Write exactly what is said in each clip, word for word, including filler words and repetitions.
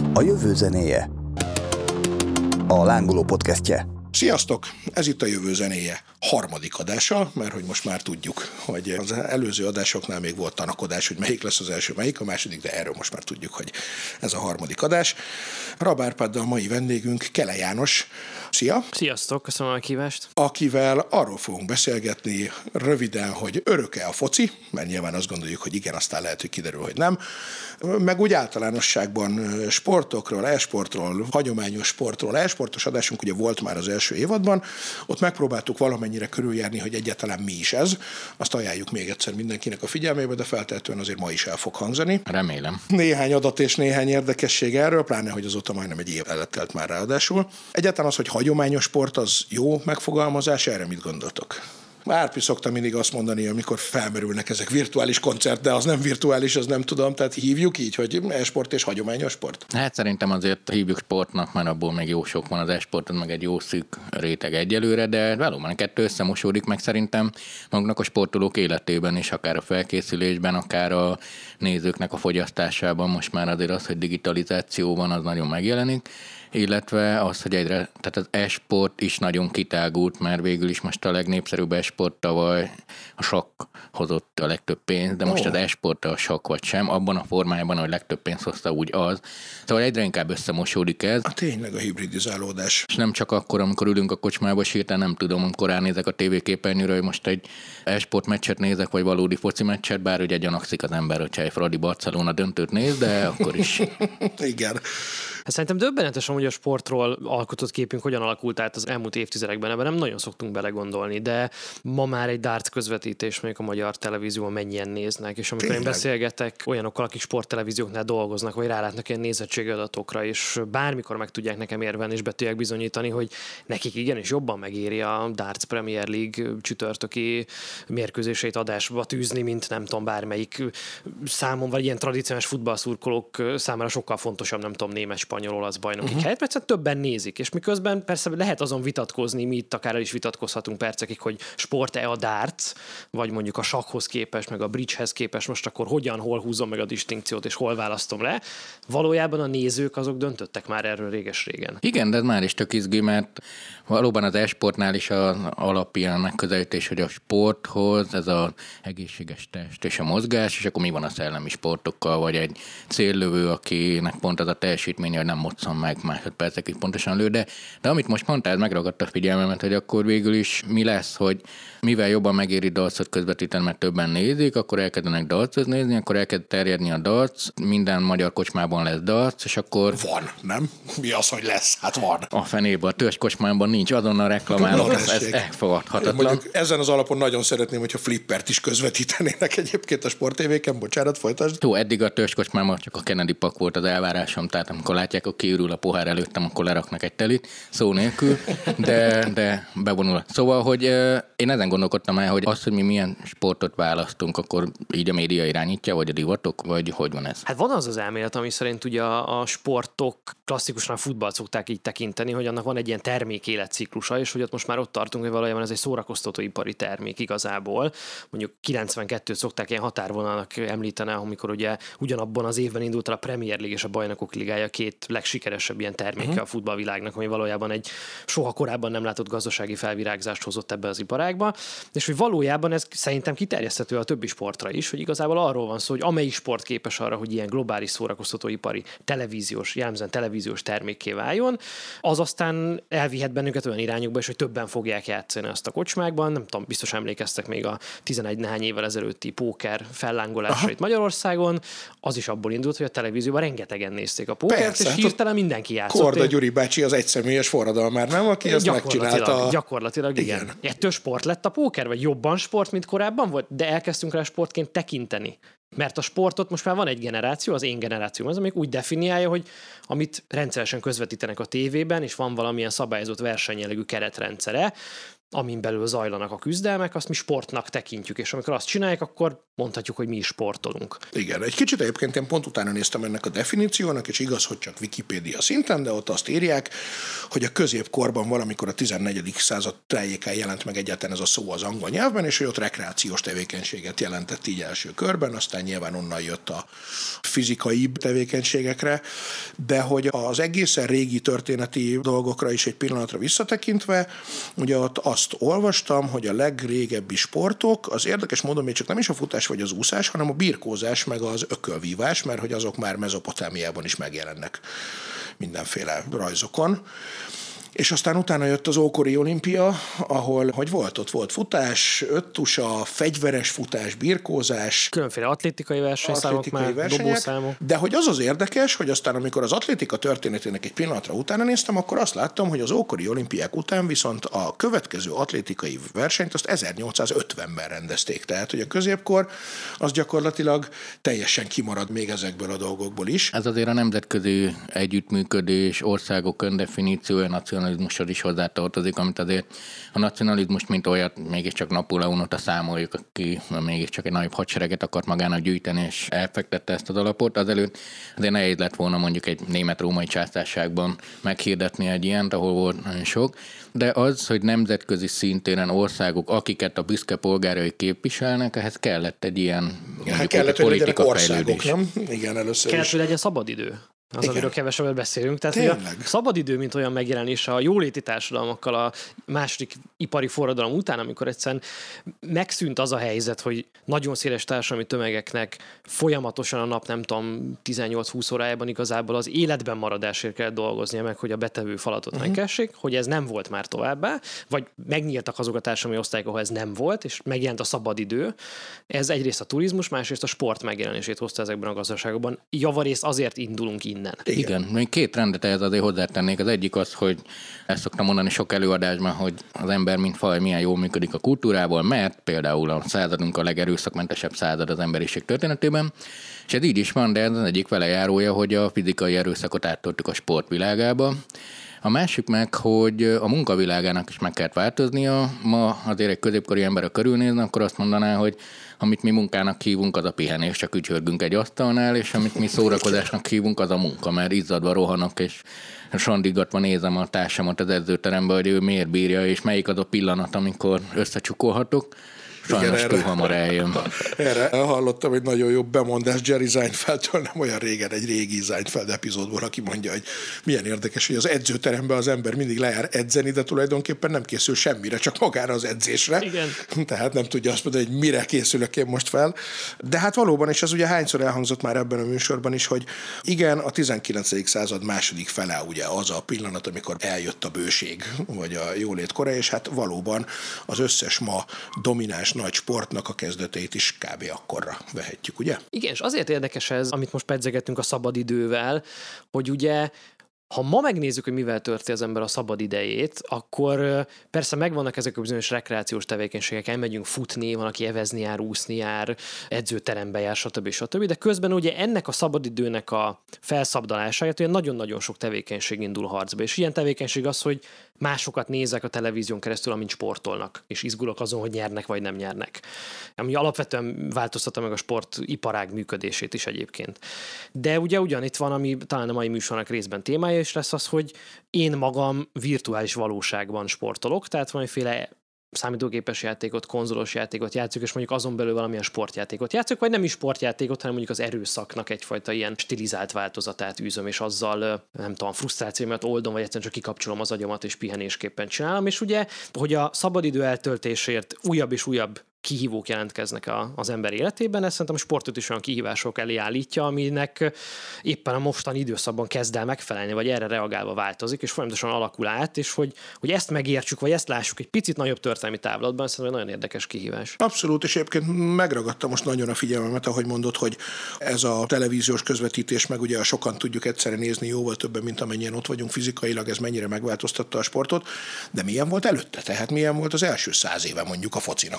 A jövő zenéje. A Lángoló podcastje. Sziasztok! Ez itt a Jövő zenéje harmadik adása, mert hogy most már tudjuk, hogy az előző adásoknál még volt tanakodás, hogy melyik lesz az első, melyik a második, de erről most már tudjuk, hogy ez a harmadik adás. Rab Árpáddal mai vendégünk Kele János. Szia! Sziasztok, köszönöm a kívást! Akivel arról fogunk beszélgetni röviden, hogy örök-e a foci, mert nyilván azt gondoljuk, hogy igen, aztán lehet, hogy kiderül, hogy nem. Meg úgy általánosságban sportokról, e-sportról, hagyományos sportról. E-sportos adásunk ugye volt már az első évadban, ott megpróbáltuk valamennyire körüljárni, hogy egyáltalán mi is ez. Azt ajánljuk még egyszer mindenkinek a figyelmébe, de feltehetően azért ma is el fog hangzani. Remélem. Néhány adat és néhány érdekesség erről, pláne, hogy azóta majdnem egy év eltelt már ráadásul. Egyáltalán az, hogy hagyományos sport, az jó megfogalmazás, erre mit gondoltok? Árpi szokta mindig azt mondani, amikor felmerülnek ezek virtuális koncert, de az nem virtuális, az nem tudom, tehát hívjuk így, hogy e-sport és hagyományos sport? Hát szerintem azért hívjuk sportnak, mert abból még jó sok van, az e-sporton meg egy jó szűk réteg egyelőre, de valóban kettő összemosódik meg szerintem magnak a sportolók életében is, akár a felkészülésben, akár a nézőknek a fogyasztásában. Most már azért az, hogy digitalizáció van, az nagyon megjelenik, illetve az, hogy egyre, tehát az e-sport is nagyon kitágult, mert végül is most a legnépszerűbb e-sport tavaly a sakk hozott a legtöbb pénzt, de most oh. az e-sport a sakk vagy sem, abban a formájában, hogy legtöbb pénzt hozta, úgy az. Szóval egyre inkább összemosódik ez. A tényleg a hibridizálódás. És nem csak akkor, amikor ülünk a kocsmába, és hirtelen nem tudom, amikor ránézek a tévéképernyőre, hogy most egy e-sport meccset nézek, vagy valódi foci meccset, bár ugye gyanakszik az ember, hogyha egy Fradi Barcelona döntőt néz, de akkor is. Igen. Hát szerintem döbbenetes, hogy a sportról alkotott képünk hogyan alakult át az elmúlt évtizedekben, ebben nem nagyon szoktunk belegondolni, de ma már egy darts közvetítés még a magyar televízióban mennyien néznek, és amikor Tényleg. én beszélgetek olyanokkal, akik sporttelevízióknál dolgoznak, vagy rálátnak ilyen nézettségi adatokra, és bármikor meg tudják nekem érvelni, és be tudják bizonyítani, hogy nekik igenis jobban megéri a Darts Premier League csütörtöki mérkőzéseit adásba tűzni, mint nem tudom, bármelyik számon, vagy ilyen tradicionális futballszurkolók számára sokkal fontosabb, nem tudom, német, spanyol, olasz bajnoki uh-huh. helyet, mert többen nézik, és miközben persze lehet azon vitatkozni, mi itt akár el is vitatkozhatunk percekig, hogy sport-e a darts, vagy mondjuk a sakkhoz képest, meg a bridgehez képest, most akkor hogyan, hol húzom meg a distinkciót, és hol választom le. Valójában a nézők azok döntöttek már erről réges-régen. Igen, de ez már is tök izgi, mert valóban az e-sportnál is az alapján megközelítés, hogy a sporthoz ez az egészséges test és a mozgás, és akkor mi van a szellemi sportokkal, vagy egy céllövő, akinek pont az a teljesítmény, hogy nem moccon meg másodpercekig pontosan lő, de, de amit most mondtál, ez megragadta a figyelmemet, hogy akkor végül is mi lesz, hogy mivel jobban megéri dartsot közvetíteni, mert többen nézik, akkor elkezdenek dartsot nézni, akkor elkezd terjedni a darts, minden magyar kocsmában lesz darts, és akkor... Van, nem? Mi az, hogy lesz? Hát van. A fenébe, a törzs kocsmában nincs, azonnal reklamálok, ez, ez elfogadhatatlan. Mondjuk ezen az alapon nagyon szeretném, hogyha flippert is közvetítenének egyébként a sporttévéken, bocsánat, folytasd. Jó, eddig a törzs kocsmában csak a Kennedy pak volt az elvárásom, tehát amikor látják, hogy kiürül a pohár előttem, akkor leraknak egy telit, szó nélkül, de, de bevonul. Szóval, hogy én ezen gondolkodtam el, hogy az, hogy mi milyen sportot választunk, akkor így a média irányítja, vagy a divatok, vagy hogy van ez? Hát van az az elmélet, ami szerint ugye a, a sportok klasszikusan a futballt szokták így tekinteni, hogy annak van egy ilyen termék életciklusa, és hogy ott most már ott tartunk, hogy valójában ez egy szórakoztatóipari termék igazából. Mondjuk kilencvenkettőt szokták ilyen határvonalnak említeni, amikor ugye ugyanabban az évben indult el a Premier League és a Bajnokok Ligája, két legsikeresebb ilyen terméke uh-huh. a futballvilágnak, ami valójában egy soha korábban nem látott gazdasági felvirágzást hozott ebbe az iparágba, és hogy valójában ez szerintem kiterjeszthető a többi sportra is, hogy igazából arról van szó, hogy amelyik sport képes arra, hogy ilyen globális szórakoztatóipari televíziós, jellemzően televíziós termékké váljon, az aztán elvihet bennünket olyan irányokba is, hogy többen fogják játszani azt a kocsmákban. Nem tudom, biztos emlékeztek még a tizenegy néhány évvel ezelőtti póker fellángolásait Magyarországon. Az is abból indult, hogy a televízióban rengetegen nézték a pókert, Persze, és hirtelen mindenki játszott. Korda Gyuri bácsi az egyszemélyes forradalmár, nem? Aki ezt megcsinálta. Gyakorlatilag igen. igen. Ettől sport lett a póker, vagy jobban sport, mint korábban volt, de elkezdtünk rá sportként tekinteni. Mert a sportot most már van egy generáció, az én generációm az, amelyik úgy definiálja, hogy amit rendszeresen közvetítenek a tévében, és van valamilyen szabályozott versenyjellegű keretrendszere, amin belül zajlanak a küzdelmek, azt mi sportnak tekintjük, és amikor azt csinálják, akkor mondhatjuk, hogy mi is sportolunk. Igen, egy kicsit egyébként én pont utána néztem ennek a definíciónak, és igaz, hogy csak Wikipédia szinten, de ott azt írják, hogy a középkorban valamikor a tizennegyedik század tájékán jelent meg egyáltalán ez a szó az angol nyelvben, és hogy ott rekreációs tevékenységet jelentett így első körben, aztán nyilván onnan jött a fizikai tevékenységekre, de hogy az egészen régi történeti dolgokra is egy pillanatra visszatekintve, ugye ott azt olvastam, hogy a legrégebbi sportok, az érdekes módon még csak nem is a futás vagy az úszás, hanem a birkózás meg az ökölvívás, mert hogy azok már Mezopotámiában is megjelennek mindenféle rajzokon. És aztán utána jött az ókori olimpia, ahol, hogy volt, ott volt futás, öttusa, fegyveres futás, birkózás. Különféle atlétikai versenyszámok már, dobószámok. De hogy az az érdekes, hogy aztán amikor az atlétika történetének egy pillanatra utána néztem, akkor azt láttam, hogy az ókori olimpiák után viszont a következő atlétikai versenyt azt ezernyolcszázötvenben rendezték. Tehát, hogy a középkor az gyakorlatilag teljesen kimarad még ezekből a dolgokból is. Ez azért a nemzetközi együttműködés, országok öndefiníciója, nacionalizmushoz is hozzátartozik, amit azért a nacionalizmust, mint olyat, mégiscsak Napóleon óta számoljuk, aki mégiscsak egy nagyobb hadsereget akart magának gyűjteni, és elfektette ezt az alapot. Azelőtt azért nehéz lett volna mondjuk egy német-római császárságban meghirdetni egy ilyent, ahol volt nagyon sok, de az, hogy nemzetközi szintéren országok, akiket a büszke polgárai képviselnek, ehhez kellett egy ilyen hát kellett, hogy legyenek országok, nem? Igen, először kellett, is. hogy legyen szabadidő. Az, igen, amiről kevesebbet beszélünk. Tehát tényleg. A szabadidő, mint olyan megjelenés a jóléti társadalmakkal a második ipari forradalom után, amikor egyszerűen megszűnt az a helyzet, hogy nagyon széles társadalmi tömegeknek folyamatosan a nap, nem tudom, tizennyolc-húsz órájában igazából az életben maradásért kell dolgoznia meg, hogy a betevő falatot uh-huh. megkessék, hogy ez nem volt már továbbá, vagy megnyíltak azok a társadalmi osztályok, ahol ez nem volt, és megjelent a szabadidő. Ez egyrészt a turizmus, másrészt a sport megjelenését hozta ezekben a gazdaságokban. Javarészt azért indulunk innen. Igen. Igen, még két rendet ehhez azért hozzátennék. Az egyik az, hogy ezt szoktam mondani sok előadásban, hogy az ember mint faj milyen jól működik a kultúrával, mert például a századunk a legerőszakmentesebb század az emberiség történetében, és ez így is van, de ez az egyik velejárója, hogy a fizikai erőszakot áttoltuk a sportvilágába. A másik meg, hogy a munkavilágának is meg kellett változnia. Ma azért egy középkori ember, a körülnézne, akkor azt mondaná, hogy amit mi munkának hívunk, az a pihenés, csak ügyhörgünk egy asztalnál, és amit mi szórakozásnak hívunk, az a munka, mert izzadva rohanok, és sandigatva nézem a társamat az edzőteremben, hogy ő miért bírja, és melyik az a pillanat, amikor összecsukolhatok. Sajnos igen, túl erre, hamar eljön. Erre hallottam egy nagyon jó bemondást Jerry Seinfeldtől, nem olyan régen, egy régi Seinfeld epizódból, aki mondja, hogy milyen érdekes, hogy az edzőteremben az ember mindig lejár edzeni, de tulajdonképpen nem készül semmire, csak magára az edzésre. Igen. Tehát nem tudja azt mondani, hogy mire készülök én most fel. De hát valóban, és ez ugye hányszor elhangzott már ebben a műsorban is, hogy igen, a tizenkilencedik század második fele ugye az a pillanat, amikor eljött a bőség, vagy a jólét kora, és hát valóban az összes ma domináns nagy sportnak a kezdeteit is kb. Akkorra vehetjük, ugye? Igen, és azért érdekes ez, amit most pedzegetünk a szabadidővel, hogy ugye ha ma megnézzük, hogy mivel tölti az ember a szabad idejét, akkor persze megvannak ezek a bizonyos rekreációs tevékenységek, elmegyünk futni, van, aki evezni jár, úszni jár, edzőterembe jár, stb. stb. De közben ugye ennek a szabadidőnek a felszabdalásáért ugye nagyon-nagyon sok tevékenység indul harcba. És ilyen tevékenység az, hogy másokat nézek a televízión keresztül, amint sportolnak, és izgulok azon, hogy nyernek vagy nem nyernek. Ami alapvetően változtatta meg a sportiparág működését is egyébként. De ugye ugyanitt van, ami talán a mai műsornak részben témája is lesz az, hogy én magam virtuális valóságban sportolok, tehát valamiféle számítógépes játékot, konzolos játékot játszok, és mondjuk azon belül valamilyen sportjátékot játszok, vagy nem is sportjátékot, hanem mondjuk az erőszaknak egyfajta ilyen stilizált változatát űzöm, és azzal, nem tudom, frusztrációmat oldom, vagy egyszerűen csak kikapcsolom az agyamat, és pihenésképpen csinálom. És ugye, hogy a szabadidő eltöltésért újabb és újabb kihívók jelentkeznek a, az ember életében, ez szerintem a sportot is olyan kihívások elé állítja, aminek éppen a mostani időszakban kezd el megfelelni, vagy erre reagálva változik, és folyamatosan alakul át, és hogy, hogy ezt megértsük, vagy ezt lássuk egy picit nagyobb történelmi távlatban, szerintem egy nagyon érdekes kihívás. Abszolút, és egyébként megragadta most nagyon a figyelmemet, ahogy mondod, hogy ez a televíziós közvetítés, meg ugye a sokan tudjuk egyszerre nézni jóval többen, mint amennyien ott vagyunk fizikailag, ez mennyire megváltoztatta a sportot, de milyen volt előtte? Tehát milyen volt az első száz éve mondjuk a focinak akár,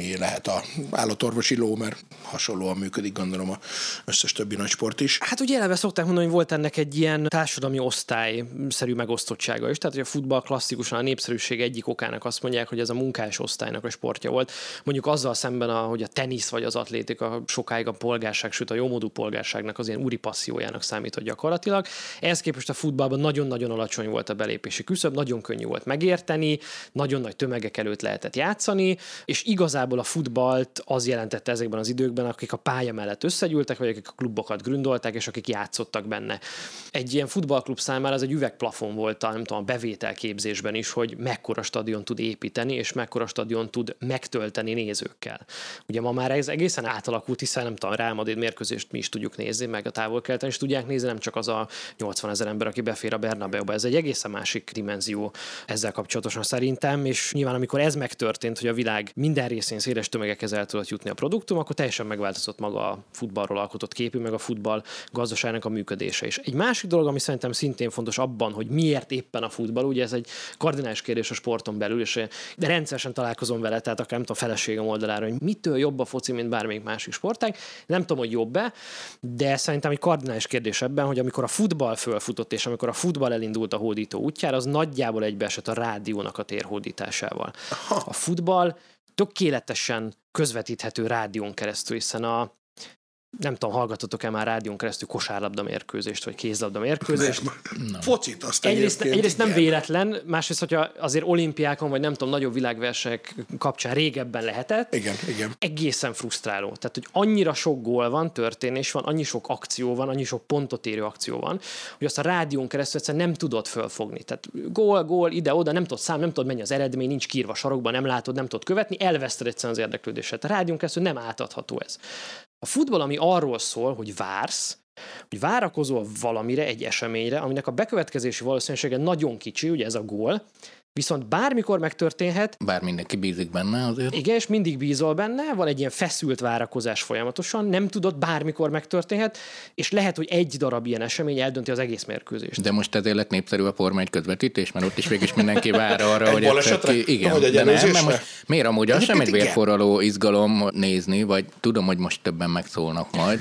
ami lehet a állatorvosi ló, mert hasonlóan működik, gondolom, az összes többi nagy sport is. Hát ugye eleve szokták mondani, hogy volt ennek egy ilyen társadalmi osztályszerű megosztottsága is. Tehát, hogy a futball klasszikusan a népszerűség egyik okának azt mondják, hogy ez a munkás osztálynak a sportja volt. Mondjuk azzal szemben, a, hogy a tenisz vagy az atlétika sokáig a polgárság, sőt a jómódú polgárságnak az ilyen úri passziójának számított gyakorlatilag. Ehhez képest a futballban nagyon-nagyon alacsony volt a belépési küszöb, nagyon könnyű volt megérteni, nagyon nagy tömegek előtt lehetett játszani, és igazából a futballt az jelentette ezekben az időkben, akik a pálya mellett összegyűltek, vagy akik a klubokat gründolták, és akik játszottak benne. Egy ilyen futballklub számára az egy üvegplafon volt a, nem tudom, a bevételképzésben is, hogy mekkora stadion tud építeni, és mekkora stadion tud megtölteni nézőkkel. Ugye ma már ez egészen átalakult, hiszen nem tudom, Real Madrid mérkőzést mi is tudjuk nézni, meg a távol-keleten is tudják nézni, nem csak az a nyolcvanezer ember, aki befér a Bernabeuba. Ez egy egészen másik dimenzió ezzel kapcsolatosan szerintem, és nyilván amikor ez megtörtént, hogy a világ minden részén széles tömegekhez el tudott jutni a produktum, akkor teljesen megváltozott maga a futballról alkotott képű, meg a futball gazdaságnak a működése is. Egy másik dolog, ami szerintem szintén fontos abban, hogy miért éppen a futball, ugye ez egy kardinális kérdés a sporton belül, és de rendszeresen találkozom vele, tehát akár nem tudom, a feleségem oldalára, hogy mitől jobb a foci, mint bármelyik másik sportág. Nem tudom, hogy jobb-e, de szerintem egy kardinális kérdés ebben, hogy amikor a futball fölfutott, és amikor a futball elindult a hódító útjára, az nagyjából egybeesett a rádiónak a térhódításával. A futball tökéletesen közvetíthető rádión keresztül, hiszen a nem tudom, hallgatotok-e már rádión keresztül kosárlabda mérkőzést, vagy kézlabda mérkőzést? Nem. Focit azt egyrészt, egyrészt nem véletlen, másrészt, hogyha azért olimpiákon, vagy nem tudom, nagyobb világversenyek kapcsán régebben lehetett. Igen, igen. Egészen frusztráló. Tehát, hogy annyira sok gól van, történés van, annyi sok akció van, annyi sok pontot érő akció van, hogy azt a rádión keresztül egyszerűen nem tudod fölfogni. Tehát gól, gól, ide-oda, nem tudod szám, nem tudod mennyi az eredmény, nincs kiírva sarokban, nem látod, nem tudod követni, elveszted egyszerűen az érdeklődéset. A rádión keresztül nem átadható ez. A futball, ami arról szól, hogy vársz, hogy várakozol valamire, egy eseményre, aminek a bekövetkezési valószínűsége nagyon kicsi, ugye ez a gól, viszont bármikor megtörténhet. Bár mindenki bízik benne azért. Igen, és mindig bízol benne, van egy ilyen feszült várakozás folyamatosan, nem tudod, bármikor megtörténhet, és lehet, hogy egy darab ilyen esemény eldönti az egész mérkőzést. De most ezért lett népszerű a Forma egy közvetítés, mert ott is végig is mindenki vár arra, egy hogy balesetre? Ki, igen, Ahogy de nem, előzésre? mert most miért amúgy az sem egy igen. vérforraló izgalom nézni, vagy tudom, hogy most többen megszólnak majd,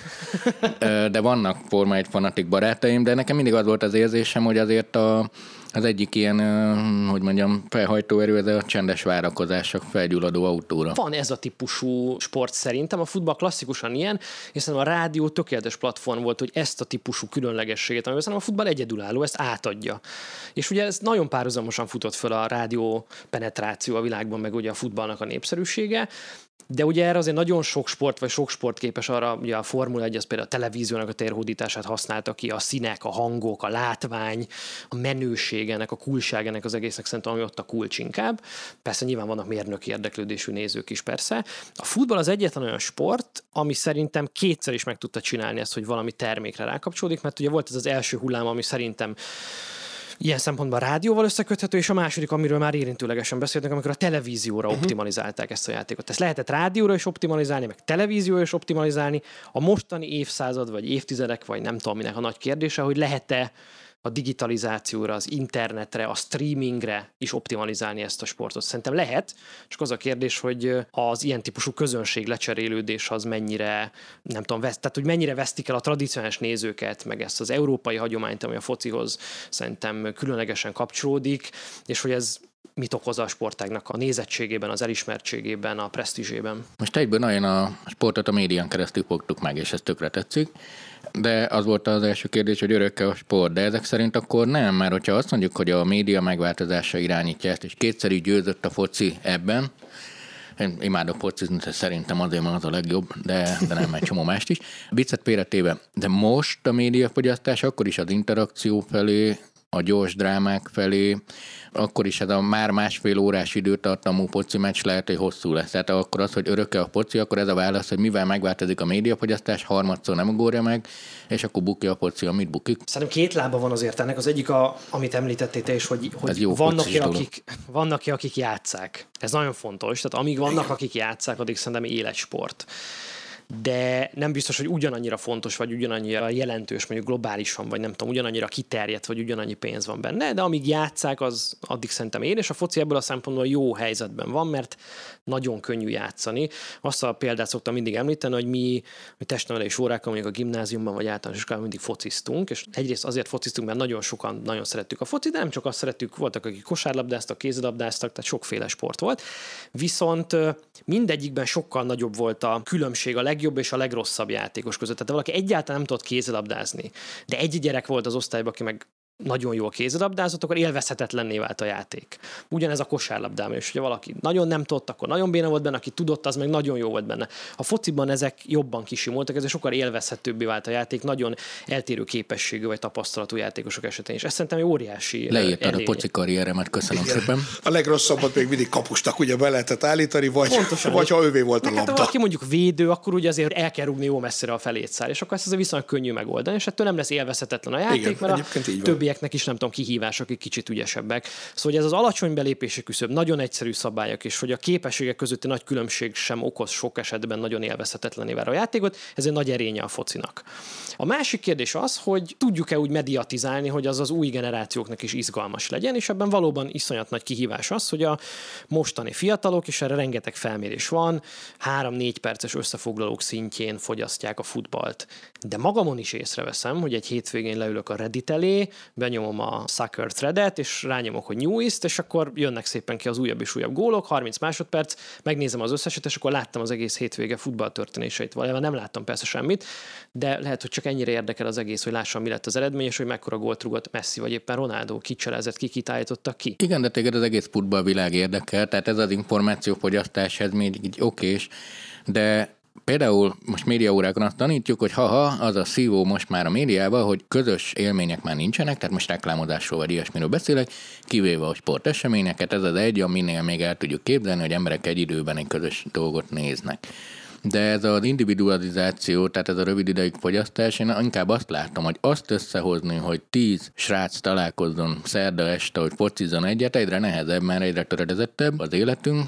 de vannak Forma egy fanatik barátaim, de nekem mindig az volt az érzésem, hogy azért a az egyik ilyen, hogy mondjam, felhajtóerő, ez a csendes várakozások felgyulladó autóra. Van ez a típusú sport szerintem, a futball klasszikusan ilyen, hiszen a rádió tökéletes platform volt, hogy ezt a típusú különlegességet, amivel szerintem a futball egyedülálló, ezt átadja. És ugye ez nagyon párhuzamosan futott föl a rádió penetráció a világban, meg ugye a futballnak a népszerűsége. De ugye erre azért nagyon sok sport, vagy sok sport képes arra, ugye a Formula egy, az például a televíziónak a térhódítását használta ki, a színek, a hangok, a látvány, a menőség ennek, a coolság ennek az egésznek szerintem, ami ott a kulcs inkább. Persze nyilván vannak mérnöki érdeklődésű nézők is persze. A futball az egyetlen olyan sport, ami szerintem kétszer is meg tudta csinálni ezt, hogy valami termékre rákapcsolódik, mert ugye volt ez az első hullám, ami szerintem ilyen szempontból a rádióval összeköthető, és a második, amiről már érintőlegesen beszéltünk, amikor a televízióra uh-huh. optimalizálták ezt a játékot. Ezt lehetett rádióra is optimalizálni, meg televízióra is optimalizálni. A mostani évszázad, vagy évtizedek, vagy nem tudom minek a nagy kérdése, hogy lehet-e a digitalizációra, az internetre, a streamingre is optimalizálni ezt a sportot. Szerintem lehet, csak az a kérdés, hogy az ilyen típusú közönség lecserélődés az mennyire, nem tudom, veszt, tehát hogy mennyire vesztik el a tradicionális nézőket, meg ezt az európai hagyományt, ami a focihoz szerintem különlegesen kapcsolódik, és hogy ez mit okoz a sportágnak a nézettségében, az elismertségében, a presztízsében. Most egyből nagyon a sportot a médián keresztül fogtuk meg, és ez tökre tetszik. De az volt az első kérdés, hogy örökké a sport, de ezek szerint akkor nem, mert hogyha azt mondjuk, hogy a média megváltozása irányítja ezt, és kétszer így győzött a foci ebben, én imádok focizni, szerintem azért van az a legjobb, de, de nem egy csomó mást is. Viccet félretéve, de most a médiafogyasztás akkor is az interakció felé, a gyors drámák felé, akkor is ez a már másfél órás időtartamú foci meccs lehet, hogy hosszú lesz. Tehát akkor az, hogy örökké a foci, akkor ez a válasz, hogy mivel megváltozik a médiafogyasztás, harmadszor nem ugorja meg, és akkor bukja a foci, amit bukik. Szerintem két lába van azért ennek. Az egyik, a, amit említettél te is, hogy, hogy vannak, ki, akik, vannak ki, akik játsszák. Ez nagyon fontos. Tehát amíg vannak, akik játsszák, addig szerintem életsport. de nem biztos, hogy ugyanannyira fontos, vagy ugyanannyira jelentős, mondjuk globálisan, vagy nem tudom, ugyanannyira kiterjedt, vagy ugyanannyi pénz van benne, de amíg játsszák, az addig szerintem én, és a foci ebből a szempontból jó helyzetben van, mert nagyon könnyű játszani. Azt a példát szoktam mindig említeni, hogy mi testnevelés órákkal, mondjuk a gimnáziumban vagy általános iskolában mindig fociztunk, és egyrészt azért fociztunk, mert nagyon sokan nagyon szerettük a focit, de nem csak azt szerettük, voltak, akik kosárlabdáztak, kézilabdáztak, tehát sokféle sport volt. Viszont mindegyikben sokkal nagyobb volt a különbség a legjobb és a legrosszabb játékos között. Tehát valaki egyáltalán nem tudott kézilabdázni, de egy gyerek volt az osztályban, aki meg nagyon jól kézilabdázott, akkor élvezhetetlenné vált a játék. Ugyanez a kosárlabdában is, hogyha valaki nagyon nem tudott, akkor nagyon béna volt benne, aki tudott, az meg nagyon jó volt benne. A fociban ezek jobban kisimultak, ezért sokkal élvezhetőbbé vált a játék, nagyon eltérő képességű vagy tapasztalatú játékosok esetén is. Ez szerintem egy óriási leírtad a foci karrieremet, köszönöm Igen. szépen. A legrosszabbat még mindig kapustak ugye be lehetett állítani, vagy, Pontosan, vagy ha ővé volt a hát, labda. ha valaki mondjuk védő, akkor ugye azért el kell rúgni jó messzire a felétszár, és akkor ezt azért viszonylag könnyű megoldani, és ettől nem lesz élvezhetetlen a játék, Igen, mert a többieknek is nem tudom, kihívások, akik kicsit ügyesebbek. Szóval ez az alacsony belépési küszöb, nagyon egyszerű szabályok, és hogy a képességek közötti nagy különbség sem okoz sok esetben nagyon élvezhetetlené vár a játékot, ez egy nagy erénye a focinak. A másik kérdés az, hogy tudjuk-e úgy mediatizálni, hogy az az új generációknak is izgalmas legyen, és ebben valóban iszonyat nagy kihívás az, hogy a mostani fiatalok, és erre rengeteg felmérés van, három-négy perces összefoglalók szintjén fogyasztják a futballt. De magamon is észreveszem, hogy egy hétvégén leülök a Reddit elé, benyomom a Soccer threadet, és rányomok, hogy Newest, és akkor jönnek szépen ki az újabb és újabb gólok, harminc másodperc, megnézem az összeset, és akkor láttam az egész hétvége futballtörténéseit. Valójában nem láttam persze semmit, de lehet, hogy csak ennyire érdekel az egész, hogy lássam, mi lett az eredmény, és hogy mekkora gólt rúgott Messi, vagy éppen Ronaldo, ki cselezett, ki kit állítottak ki. Igen, de téged az egész futballvilág érdekel, tehát ez az információfogyasztás, ez még így okés, de például most médiaórákon azt tanítjuk, hogy haha, az a szívó most már a médiában, hogy közös élmények már nincsenek, tehát most reklámozásról vagy ilyesmiről beszélek, kivéve a sporteseményeket, ez az egy, aminél még el tudjuk képzelni, hogy emberek egy időben egy közös dolgot néznek. De ez az individualizáció, tehát ez a rövid ideig fogyasztás, én inkább azt látom, hogy azt összehozni, hogy tíz srác találkozzon szerda este, hogy focizzon egyet, egyre nehezebb, mert egyre töredezettebb az életünk,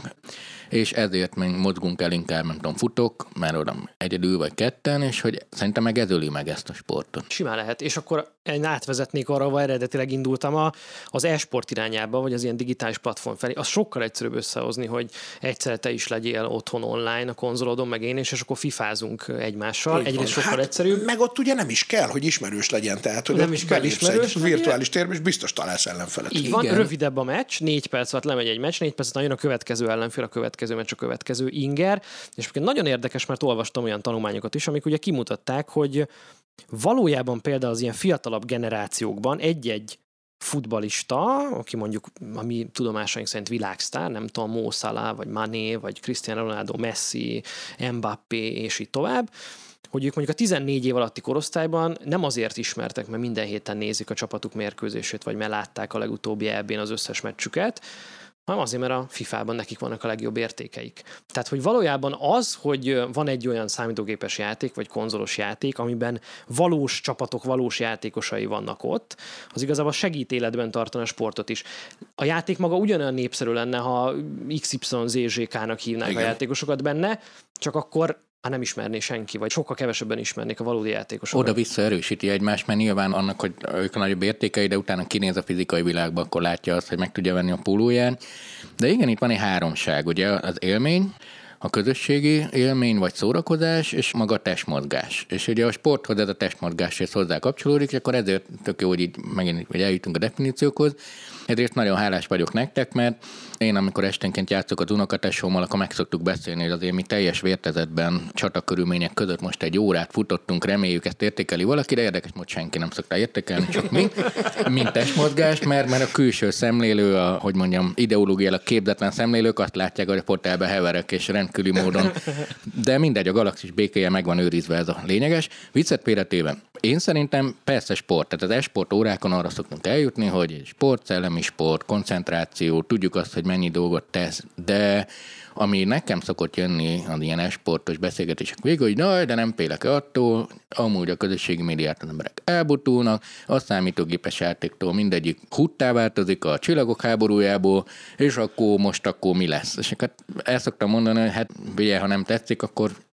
és ezért még mozgunk el inkább, nem tudom, futok, mert oda egyedül vagy ketten, és hogy szerintem meg ez öli meg ezt a sportot. Simán lehet, és akkor én átvezetnék arra, ahol eredetileg indultam a, az e-sport irányába, vagy az ilyen digitális platform felé. Az sokkal egyszerűbb összehozni, hogy egyszerre te is legyél otthon online a konzolodon, meg én is, és akkor fifázunk egymással. Így Egyrészt van. sokkal Hát, egyszerűbb. meg ott ugye nem is kell, hogy ismerős legyen, tehát hogy Nem ott is kell belépsz ismerős egy legyen. virtuális térbe, és biztos találsz ellenfelet. Így van, rövidebb a meccs, négy perc alatt lemegy egy meccs, négy perc alatt jön a következő ellenfél, a következő meccs, a következő inger, és nagyon érdekes, mert olvastam olyan tanulmányokat is, amik ugye kimutatták, hogy valójában például az ilyen fiatalabb generációkban egy-egy futballista, aki mondjuk a mi tudomásaink szerint világsztár, nem tudom, Mo Salah, vagy Mané, vagy Cristiano Ronaldo, Messi, Mbappé, és így tovább, hogy ők mondjuk a tizennégy év alatti korosztályban nem azért ismertek, mert minden héten nézik a csapatuk mérkőzését, vagy mert látták a legutóbbi é bén az összes meccsüket, hanem azért, mert a fifában nekik vannak a legjobb értékeik. Tehát, hogy valójában az, hogy van egy olyan számítógépes játék, vagy konzolos játék, amiben valós csapatok, valós játékosai vannak ott, az igazából segít életben tartani a sportot is. A játék maga ugyanolyan népszerű lenne, ha iksz ipszilon zé zé ká-nak hívnák Igen. a játékosokat benne, csak akkor ha nem ismerné senki, vagy sokkal kevesebben ismernék a valódi játékosokat. Oda-vissza erősíti egymást, mert nyilván annak, hogy ők a nagyobb értékei, de utána kinéz a fizikai világba, akkor látja azt, hogy meg tudja venni a pólóján. De igen, itt van egy háromság, ugye az élmény, a közösségi élmény vagy szórakozás, és maga a testmozgás. És ugye a sporthoz ez a testmozgáshoz hozzá kapcsolódik, és akkor ezért tök jó, hogy így megint hogy eljutunk a definíciókhoz. Ezért nagyon hálás vagyok nektek, mert én, amikor esténként játszok az unokatesómmal, akkor meg szoktuk beszélni, hogy azért mi teljes vértezetben csatakörülmények között most egy órát futottunk, reméljük ezt értékeli valaki, de érdekes, hogy senki nem szokta értékelni, csak mi, mint testmozgást, mert, mert a külső szemlélő, a, hogy mondjam, ideológiailag képzetlen szemlélők azt látják, hogy a portálba heverek és rendküli módon. De mindegy, a galaxis békéje meg van őrizve, ez a lényeges. Viccet félretéve. Én szerintem persze sport, tehát az e-sport órákon arra szoktunk eljutni, hogy sport, szellemi sport, koncentráció, tudjuk azt, hogy mennyi dolgot tesz, de ami nekem szokott jönni az ilyen e-sportos beszélgetések végül, hogy na, de nem félek attól, amúgy a közösségi médiát az emberek elbutulnak, a számítógépes játéktól mindegyik huttá változik a csillagok háborújából, és akkor most akkor mi lesz? És hát el szoktam mondani, hogy hát ugye, ha nem tetszik, akkor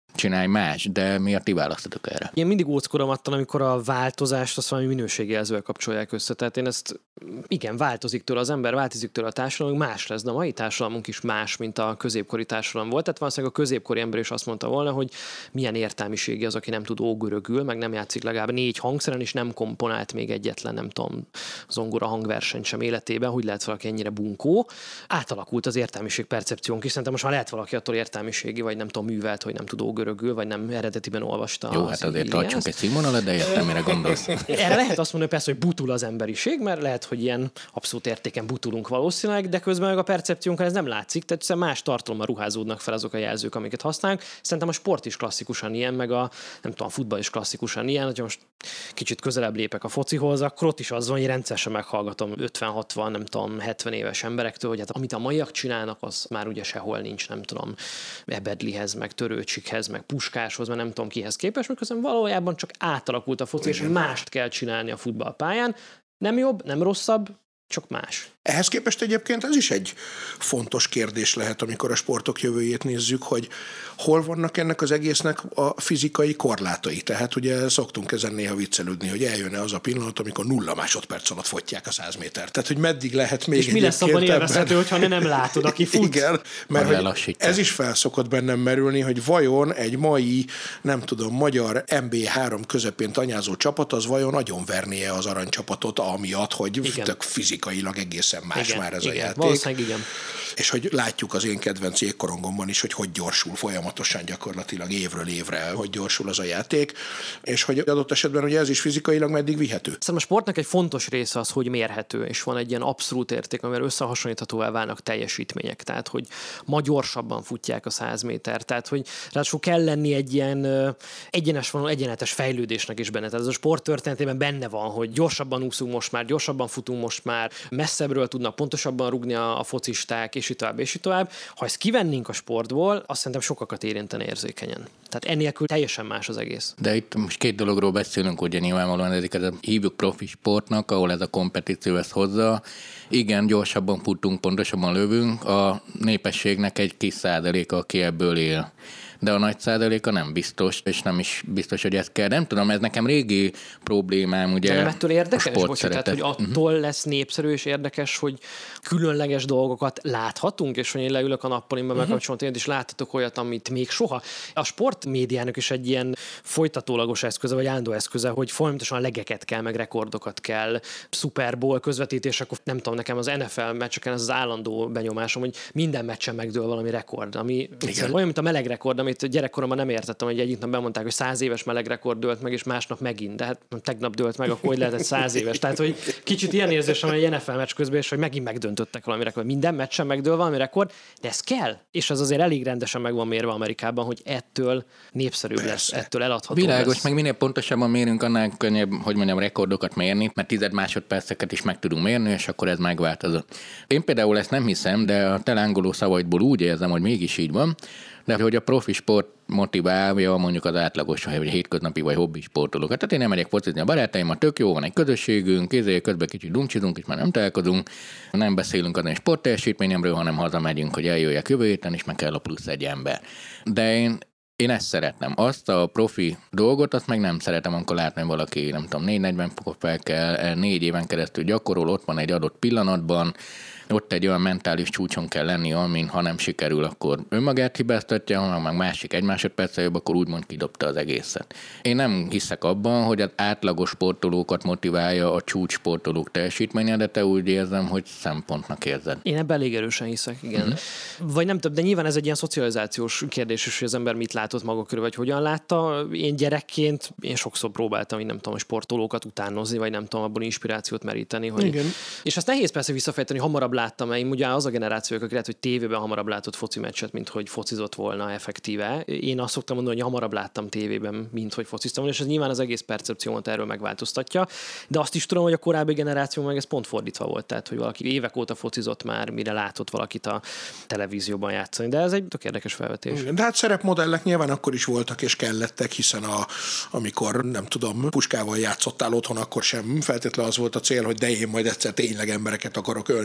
csinálj más, de miért ti választatok erre? Én mindig óckodom attól, amikor a változást azt valami minőségjelzővel kapcsolják össze. Tehát én ezt, igen, változik tőle az ember, változik tőle a társadalom, más lesz, de a mai társadalmunk is más, mint a középkori társadalom volt. Tehát valószínűleg a középkori ember is azt mondta volna, hogy milyen értelmiségi az, aki nem tud ógörögül, meg nem játszik legalább négy hangszeren, és nem komponált még egyetlen, nem tudom, zongora hangversenyt sem életében, hogy lehet valaki ennyire bunkó. Átalakult az értelmiség percepciónk is, szerintem most már lehet valaki attól értelmiségi, vagy nem tudom, művelt, hogy nem tud ógörögül, vagy nem eredetiben olvasta. Jó, hát azért tartsunk egy színvonalat, de értem, mire gondolsz. Erre lehet azt mondani persze, hogy butul az emberiség, mert lehet, hogy ilyen abszolút értéken butulunk valószínűleg, de közben meg a percepciónkon ez nem látszik, tehát más tartalommal ruházódnak fel azok a jelzők, amiket használunk. Szerintem a sport is klasszikusan ilyen, meg a nem tudom, a futball is klasszikusan ilyen, hogyha most kicsit közelebb lépek a focihoz, akkor ott is az van, hogy rendszeresen meghallgatom ötven-hatvan, nem tudom, hetven éves emberektől, hogy hát amit a maiak csinálnak, az már ugye sehol nincs, nem tudom, Ebedlihez, meg Törőcsikhez, meg Puskáshoz, mert nem tudom kihez képest, miközben valójában csak átalakult a foci, és mást kell csinálni a futballpályán. Nem jobb, nem rosszabb, csak más. Ehhez képest egyébként ez is egy fontos kérdés lehet, amikor a sportok jövőjét nézzük, hogy hol vannak ennek az egésznek a fizikai korlátai. Tehát ugye szoktunk ezen néha viccelődni, hogy eljönne az a pillanat, amikor nulla másodperc alatt fogyják a száz métert. Tehát, hogy meddig lehet még és mi lesz abban élvezhető, hogyha ne nem látod, aki fut? Igen, mert hogy ez is fel szokott bennem merülni, hogy vajon egy mai, nem tudom, magyar em bé három közepén tanyázó csapat, az vajon nagyon vernie az aranycsapatot, amiatt, hogy igen, tök fizikailag egészen más igen, már ez igen, a játék. Valószínűleg igen. És hogy látjuk az én kedvenc jégkorongomban is, hogy hogy gyorsul folyamatosan gyakorlatilag évről évre, hogy gyorsul az a játék, és hogy adott esetben ugye ez is fizikailag meddig vihető. Szerintem a sportnak egy fontos része az, hogy mérhető, és van egy ilyen abszolút érték, amivel összehasonlíthatóvá válnak teljesítmények. Tehát, hogy ma gyorsabban futják a száz méter, tehát, hogy ráadásul kell lenni egy ilyen egyenes vonal, egyenletes fejlődésnek is benne. Tehát ez a sport történetében benne van, hogy gyorsabban úszunk most már, gyorsabban futunk most már, messzebbről tudnak pontosabban rugni a, a focisták, és így tovább, és így tovább. Ha ezt kivennénk a sportból, azt szerintem sokakat érintene érzékenyen. Tehát ennélkül teljesen más az egész. De itt most két dologról beszélünk, ugye nyilvánvalóan ezeket hívjuk profi sportnak, ahol ez a kompetíció ezt hozza. Igen, gyorsabban futunk, pontosabban lövünk, a népességnek egy kis százaléka, aki ebből él. De a nagy százaléka nem biztos, és nem is biztos, hogy ez kell. Nem tudom, ez nekem régi problémám, ugye. De nem ettől érdekes, bocsánat, tehát, hogy attól uh-huh. lesz népszerű és érdekes, hogy különleges dolgokat láthatunk, és hogy én leülök a nappalimba, uh-huh. megkapcsolom, én is láttatok olyat, amit még soha. A sportmédiának is egy ilyen folytatólagos eszköze, vagy állandó eszköze, hogy folyamatosan legeket kell, meg rekordokat kell, Super Bowl közvetítés, akkor nem tudom, nekem az en ef el meccseken ez az állandó benyomásom, hogy minden meccsen megdől valami rekord, ami olyan, mint a meleg rekord, amit gyerekkoromban nem értettem, hogy egyik nap bemondták, hogy száz éves melegrekord dőlt meg, és másnap megint, de hát tegnap dőlt meg, akkor hogy lehetett száz éves. Tehát, hogy kicsit ilyen érzésem, hogy egy en ef el meccs közben, és hogy megint megdöntöttek valami rekord. Minden meccsen megdől valami rekord, de ez kell, és ez azért elég rendesen meg van mérve Amerikában, hogy ettől népszerűbb lesz, ettől eladható Világos, lesz. meg minél pontosabban mérünk, annál könnyebb, hogy mondjam, rekordokat mérni, mert tized másodperceket is meg tudunk mérni, és akkor ez megváltozott. Én például ezt nem hiszem, de a te lángoló szavaidból úgy érzem, hogy mégis így van, de hogy a profi sport motiválja mondjuk az átlagos, vagy hétköznapi, vagy hobbi sportolókat. Tehát én nem megyek focizni a barátaimmal, tök jó, van egy közösségünk, kézzel közben kicsit dumcsizunk, és már nem találkozunk, nem beszélünk az én sportteljesítményemről, hanem hazamegyünk, hogy eljöjjek jövő héten, és meg kell a plusz egy ember. De én Én ezt szeretem. Azt a profi dolgot, azt meg nem szeretem, amikor látni, hogy valaki, nem tudom, négy-negyven fokot fel kell, négy éven keresztül gyakorol, ott van egy adott pillanatban, ott egy olyan mentális csúcson kell lenni, amin ha nem sikerül, akkor önmagát hibáztatja, ha meg másik egy másodperccel jobb, akkor úgymond kidobta az egészet. Én nem hiszek abban, hogy az átlagos sportolókat motiválja a csúcs sportolók teljesítménye, de te úgy érzem, hogy szempontnak érzed. Én ebben elég erősen hiszek, igen. Mm-hmm. Vagy nem több, de nyilván ez egy ilyen szocializációs kérdés is, hogy az ember mit látott maga körül, vagy hogyan látta. Én gyerekként, én sokszor próbáltam, hogy nem tudom, sportolókat utánozni, vagy nem tudom, abból inspirációt meríteni. Hogy... Igen. És ezt nehéz persze visszafejteni, hamarabb láttam, én ugye az a generáció, aki lehet, hogy tévében hamarabb látott foci meccset, mint hogy focizott volna effektíve. Én azt szoktam mondani, hogy hamarabb láttam tévében, mint hogy fociztam volna, és ez nyilván az egész percepciómat erről megváltoztatja. De azt is tudom, hogy a korábbi generáció meg ez pont fordítva volt, tehát hogy valaki évek óta focizott már, mire látott valakit a televízióban játszani. De ez egy tök érdekes felvetés. De hát szerepmodellek nyilván akkor is voltak és kellettek, hiszen a, amikor nem tudom, puskával játszottál otthon, akkor sem feltétlenül az volt a cél, hogy de én majd egyszer tényleg embereket akarok ölni, mint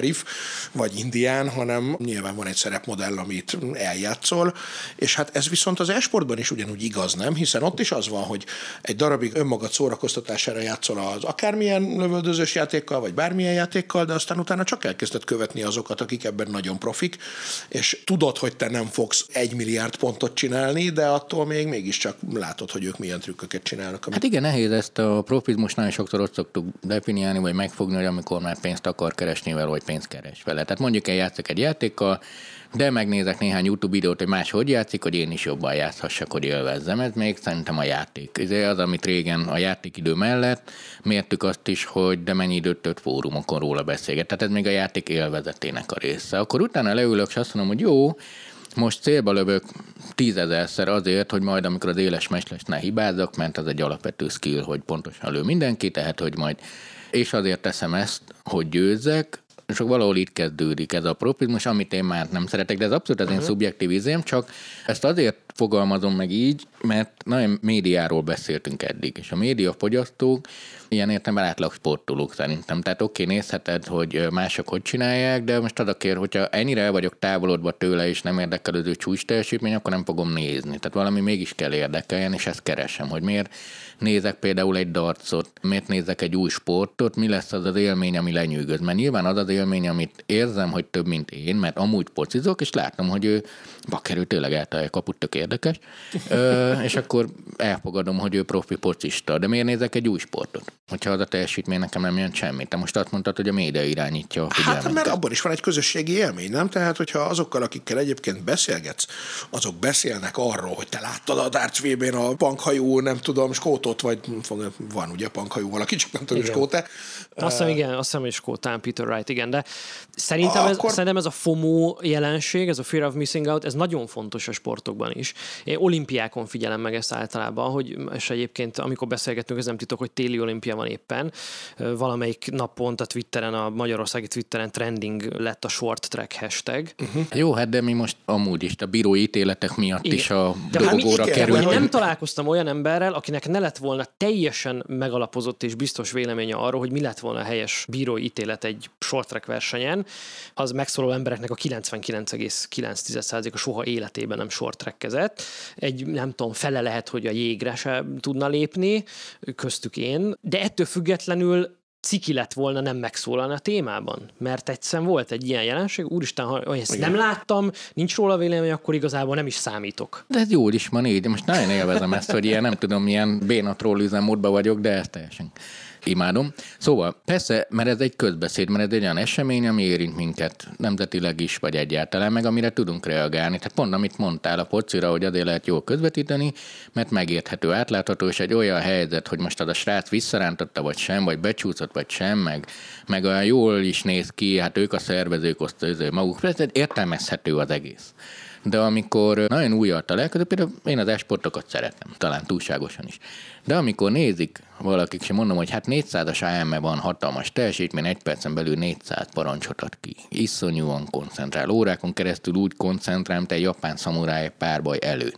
sheriff, vagy indián, hanem nyilván van egy szerepmodell, amit eljátszol, és hát ez viszont az e-sportban is ugyanúgy igaz, nem? Hiszen ott is az van, hogy egy darabig önmagad szórakoztatására játszol az akármilyen lövöldözős játékkal, vagy bármilyen játékkal, de aztán utána csak elkezded követni azokat, akik ebben nagyon profik, és tudod, hogy te nem fogsz egy milliárd pontot csinálni, de attól még mégiscsak látod, hogy ők milyen trükköket csinálnak. Amit... Hát igen, nehéz ezt a profizmus nagyon sokszor ott szoktuk definiálni, vagy megfogni, hogy amikor már pénzt akar keresni vele, vagy pénzt keres vele. Tehát mondjuk én játszok egy játékkal, de megnézek néhány YouTube videót, hogy más hogy játszik, hogy én is jobban játszhassak, hogy élvezzem. Ez még szerintem a játék. Ez az, amit régen a játékidő mellett mértük azt is, hogy de mennyi időt tört fórumokon róla beszélget. Tehát ez még a játék élvezetének a része. Akkor utána leülök, és azt mondom, hogy jó, most célba lövök tízezerszer azért, hogy majd amikor az éles meccs lesz, ne hibázzak, mert az egy alapvető skill, hogy pontosan lő mindenki, tehát hogy majd, és azért teszem ezt, hogy győzzek, és valahol itt kezdődik ez a profizmus, amit én már nem szeretek, de ez abszolút az én uh-huh. szubjektív ízém, csak ezt azért fogalmazom meg így, mert nagyon médiáról beszéltünk eddig, és a médiafogyasztók ilyen értelemben átlag sportolók szerintem. Tehát oké, okay, nézheted, hogy mások hogy csinálják, de most az a kér, hogyha ennyire el vagyok távolodva tőle, és nem érdekel az ő csúcs teljesítmény, akkor nem fogom nézni. Tehát valami mégis kell érdekeljen, és ezt keresem, hogy miért nézek például egy dartsot, miért nézek egy új sportot, mi lesz az az élmény, ami lenyűgöz. Mert nyilván az az élmény, amit érzem, hogy több, mint én, mert amúgy focizok, és látom, hogy ő bakker, tényleg eltalálja kaput, tök érdekes, Ö, és akkor elfogadom, hogy ő profi focista. De miért nézek egy új sportot? Hogyha az a teljesítmény nekem nem jön semmit. Te most azt mondtad, hogy a média irányítja a figyelmet. Hát, mert abban is van egy közösségi élmény, nem? Tehát, hogyha azokkal, akikkel egyébként beszélgetsz, azok beszélnek arról, hogy te láttad a Darts vé bén a pankhajó, nem tudom, skótot, vagy van ugye pankhajó valaki, csak nem tudom, skóte. Azt hiszem, igen, azt hiszem, hogy skótán Peter Wright, igen, de szerintem, Akkor... ez, szerintem ez a FOMO jelenség, ez a fear of missing out, ez nagyon fontos a sportokban is. Én olimpiákon figyelem meg ezt általában, hogy, és egyébként amikor beszélgetünk, ez nem titok, hogy téli olimpia van éppen. Valamelyik nap pont a Twitteren, a magyarországi Twitteren trending lett a short track hashtag. Uh-huh. Jó, hát de mi most amúgy is a bírói ítéletek miatt igen. is a dobogóra hát kerül. Én nem találkoztam olyan emberrel, akinek ne lett volna teljesen megalapozott és biztos véleménye arról, hogy mi lett volna a helyes bírói ítélet egy short track versenyen. Az megszóló embereknek a kilencvenkilenc egész kilenc százaléka soha életében nem short trackezett. Egy, nem tudom, fele lehet, hogy a jégre se tudna lépni, köztük én, de ettől függetlenül ciki lett volna nem megszólalni a témában, mert egyszerűen volt egy ilyen jelenség, úristen, ha ezt nem láttam, nincs róla vélemény, akkor igazából nem is számítok. De ez jól is van így, most nagyon élvezem ezt, hogy ilyen, nem tudom, milyen béna trollüzemmódban vagyok, de ez teljesen imádom. Szóval persze, mert ez egy közbeszéd, mert ez egy olyan esemény, ami érint minket nemzetileg is, vagy egyáltalán, meg amire tudunk reagálni. Tehát pont, amit mondtál a focira, hogy azért lehet jól közvetíteni, mert megérthető, átlátható, és egy olyan helyzet, hogy most az a srác visszarántotta, vagy sem, vagy becsúszott, vagy sem, meg, meg olyan jól is néz ki, hát ők a szervezők, azt maguk, értelmezhető az egész. De amikor nagyon újjal találkozok, például én az e-sportokat szeretem, talán túlságosan is. De amikor nézik valakik, sem mondom, hogy hát négyszázas á em-e van, hatalmas teljesítmény, egy percen belül négyszáz parancsot ad ki. Iszonyúan koncentrál. Órákon keresztül úgy koncentrál, mint egy japán szamuráj párbaj előtt.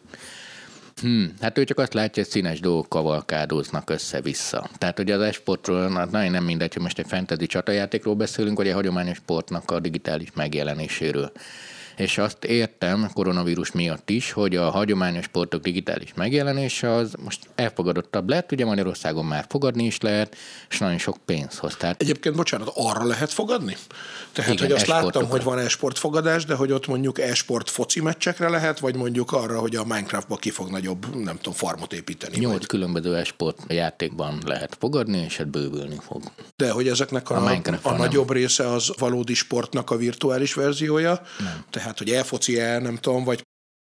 Hmm, hát ő csak azt látja, hogy színes dolgok kavalkádoznak össze-vissza. Tehát, hogy az e-sportról nagyon nem mindegy, hogy most egy fantasy csatajátékról beszélünk, vagy egy hagyományos sportnak a digitális megjelenéséről. És azt értem koronavírus miatt is, hogy a hagyományos sportok digitális megjelenése az most elfogadottabb lett, ugye Magyarországon már fogadni is lehet, és nagyon sok pénz hoz. Tehát... Egyébként, bocsánat, arra lehet fogadni? Tehát, igen, hogy azt láttam, hogy van e-sport fogadás, de hogy ott mondjuk e-sport foci meccsekre lehet, vagy mondjuk arra, hogy a Minecraftba ki fog nagyobb, nem tudom, farmot építeni. Nyolc vagy... különböző e-sport játékban lehet fogadni, és hát bővülni fog. De hogy ezeknek a, a, a nagyobb része az valódi sportnak a virtuális verziója? Nem. Tehát, hogy e-foci, el, nem tudom, vagy...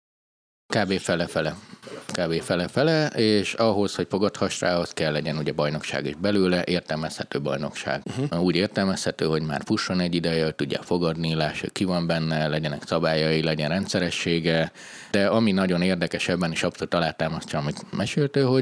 Kb. fele-fele. Kb. fele-fele, és ahhoz, hogy fogadhass rá, az kell legyen ugye bajnokság is belőle, értelmezhető bajnokság. Uh-huh. Úgy értelmezhető, hogy már fusson egy ideje, hogy tudja fogadni, lássa, ki van benne, legyenek szabályai, legyen rendszeressége, de ami nagyon érdekes ebben is abszolút alátámasztja, amit meséltél, hogy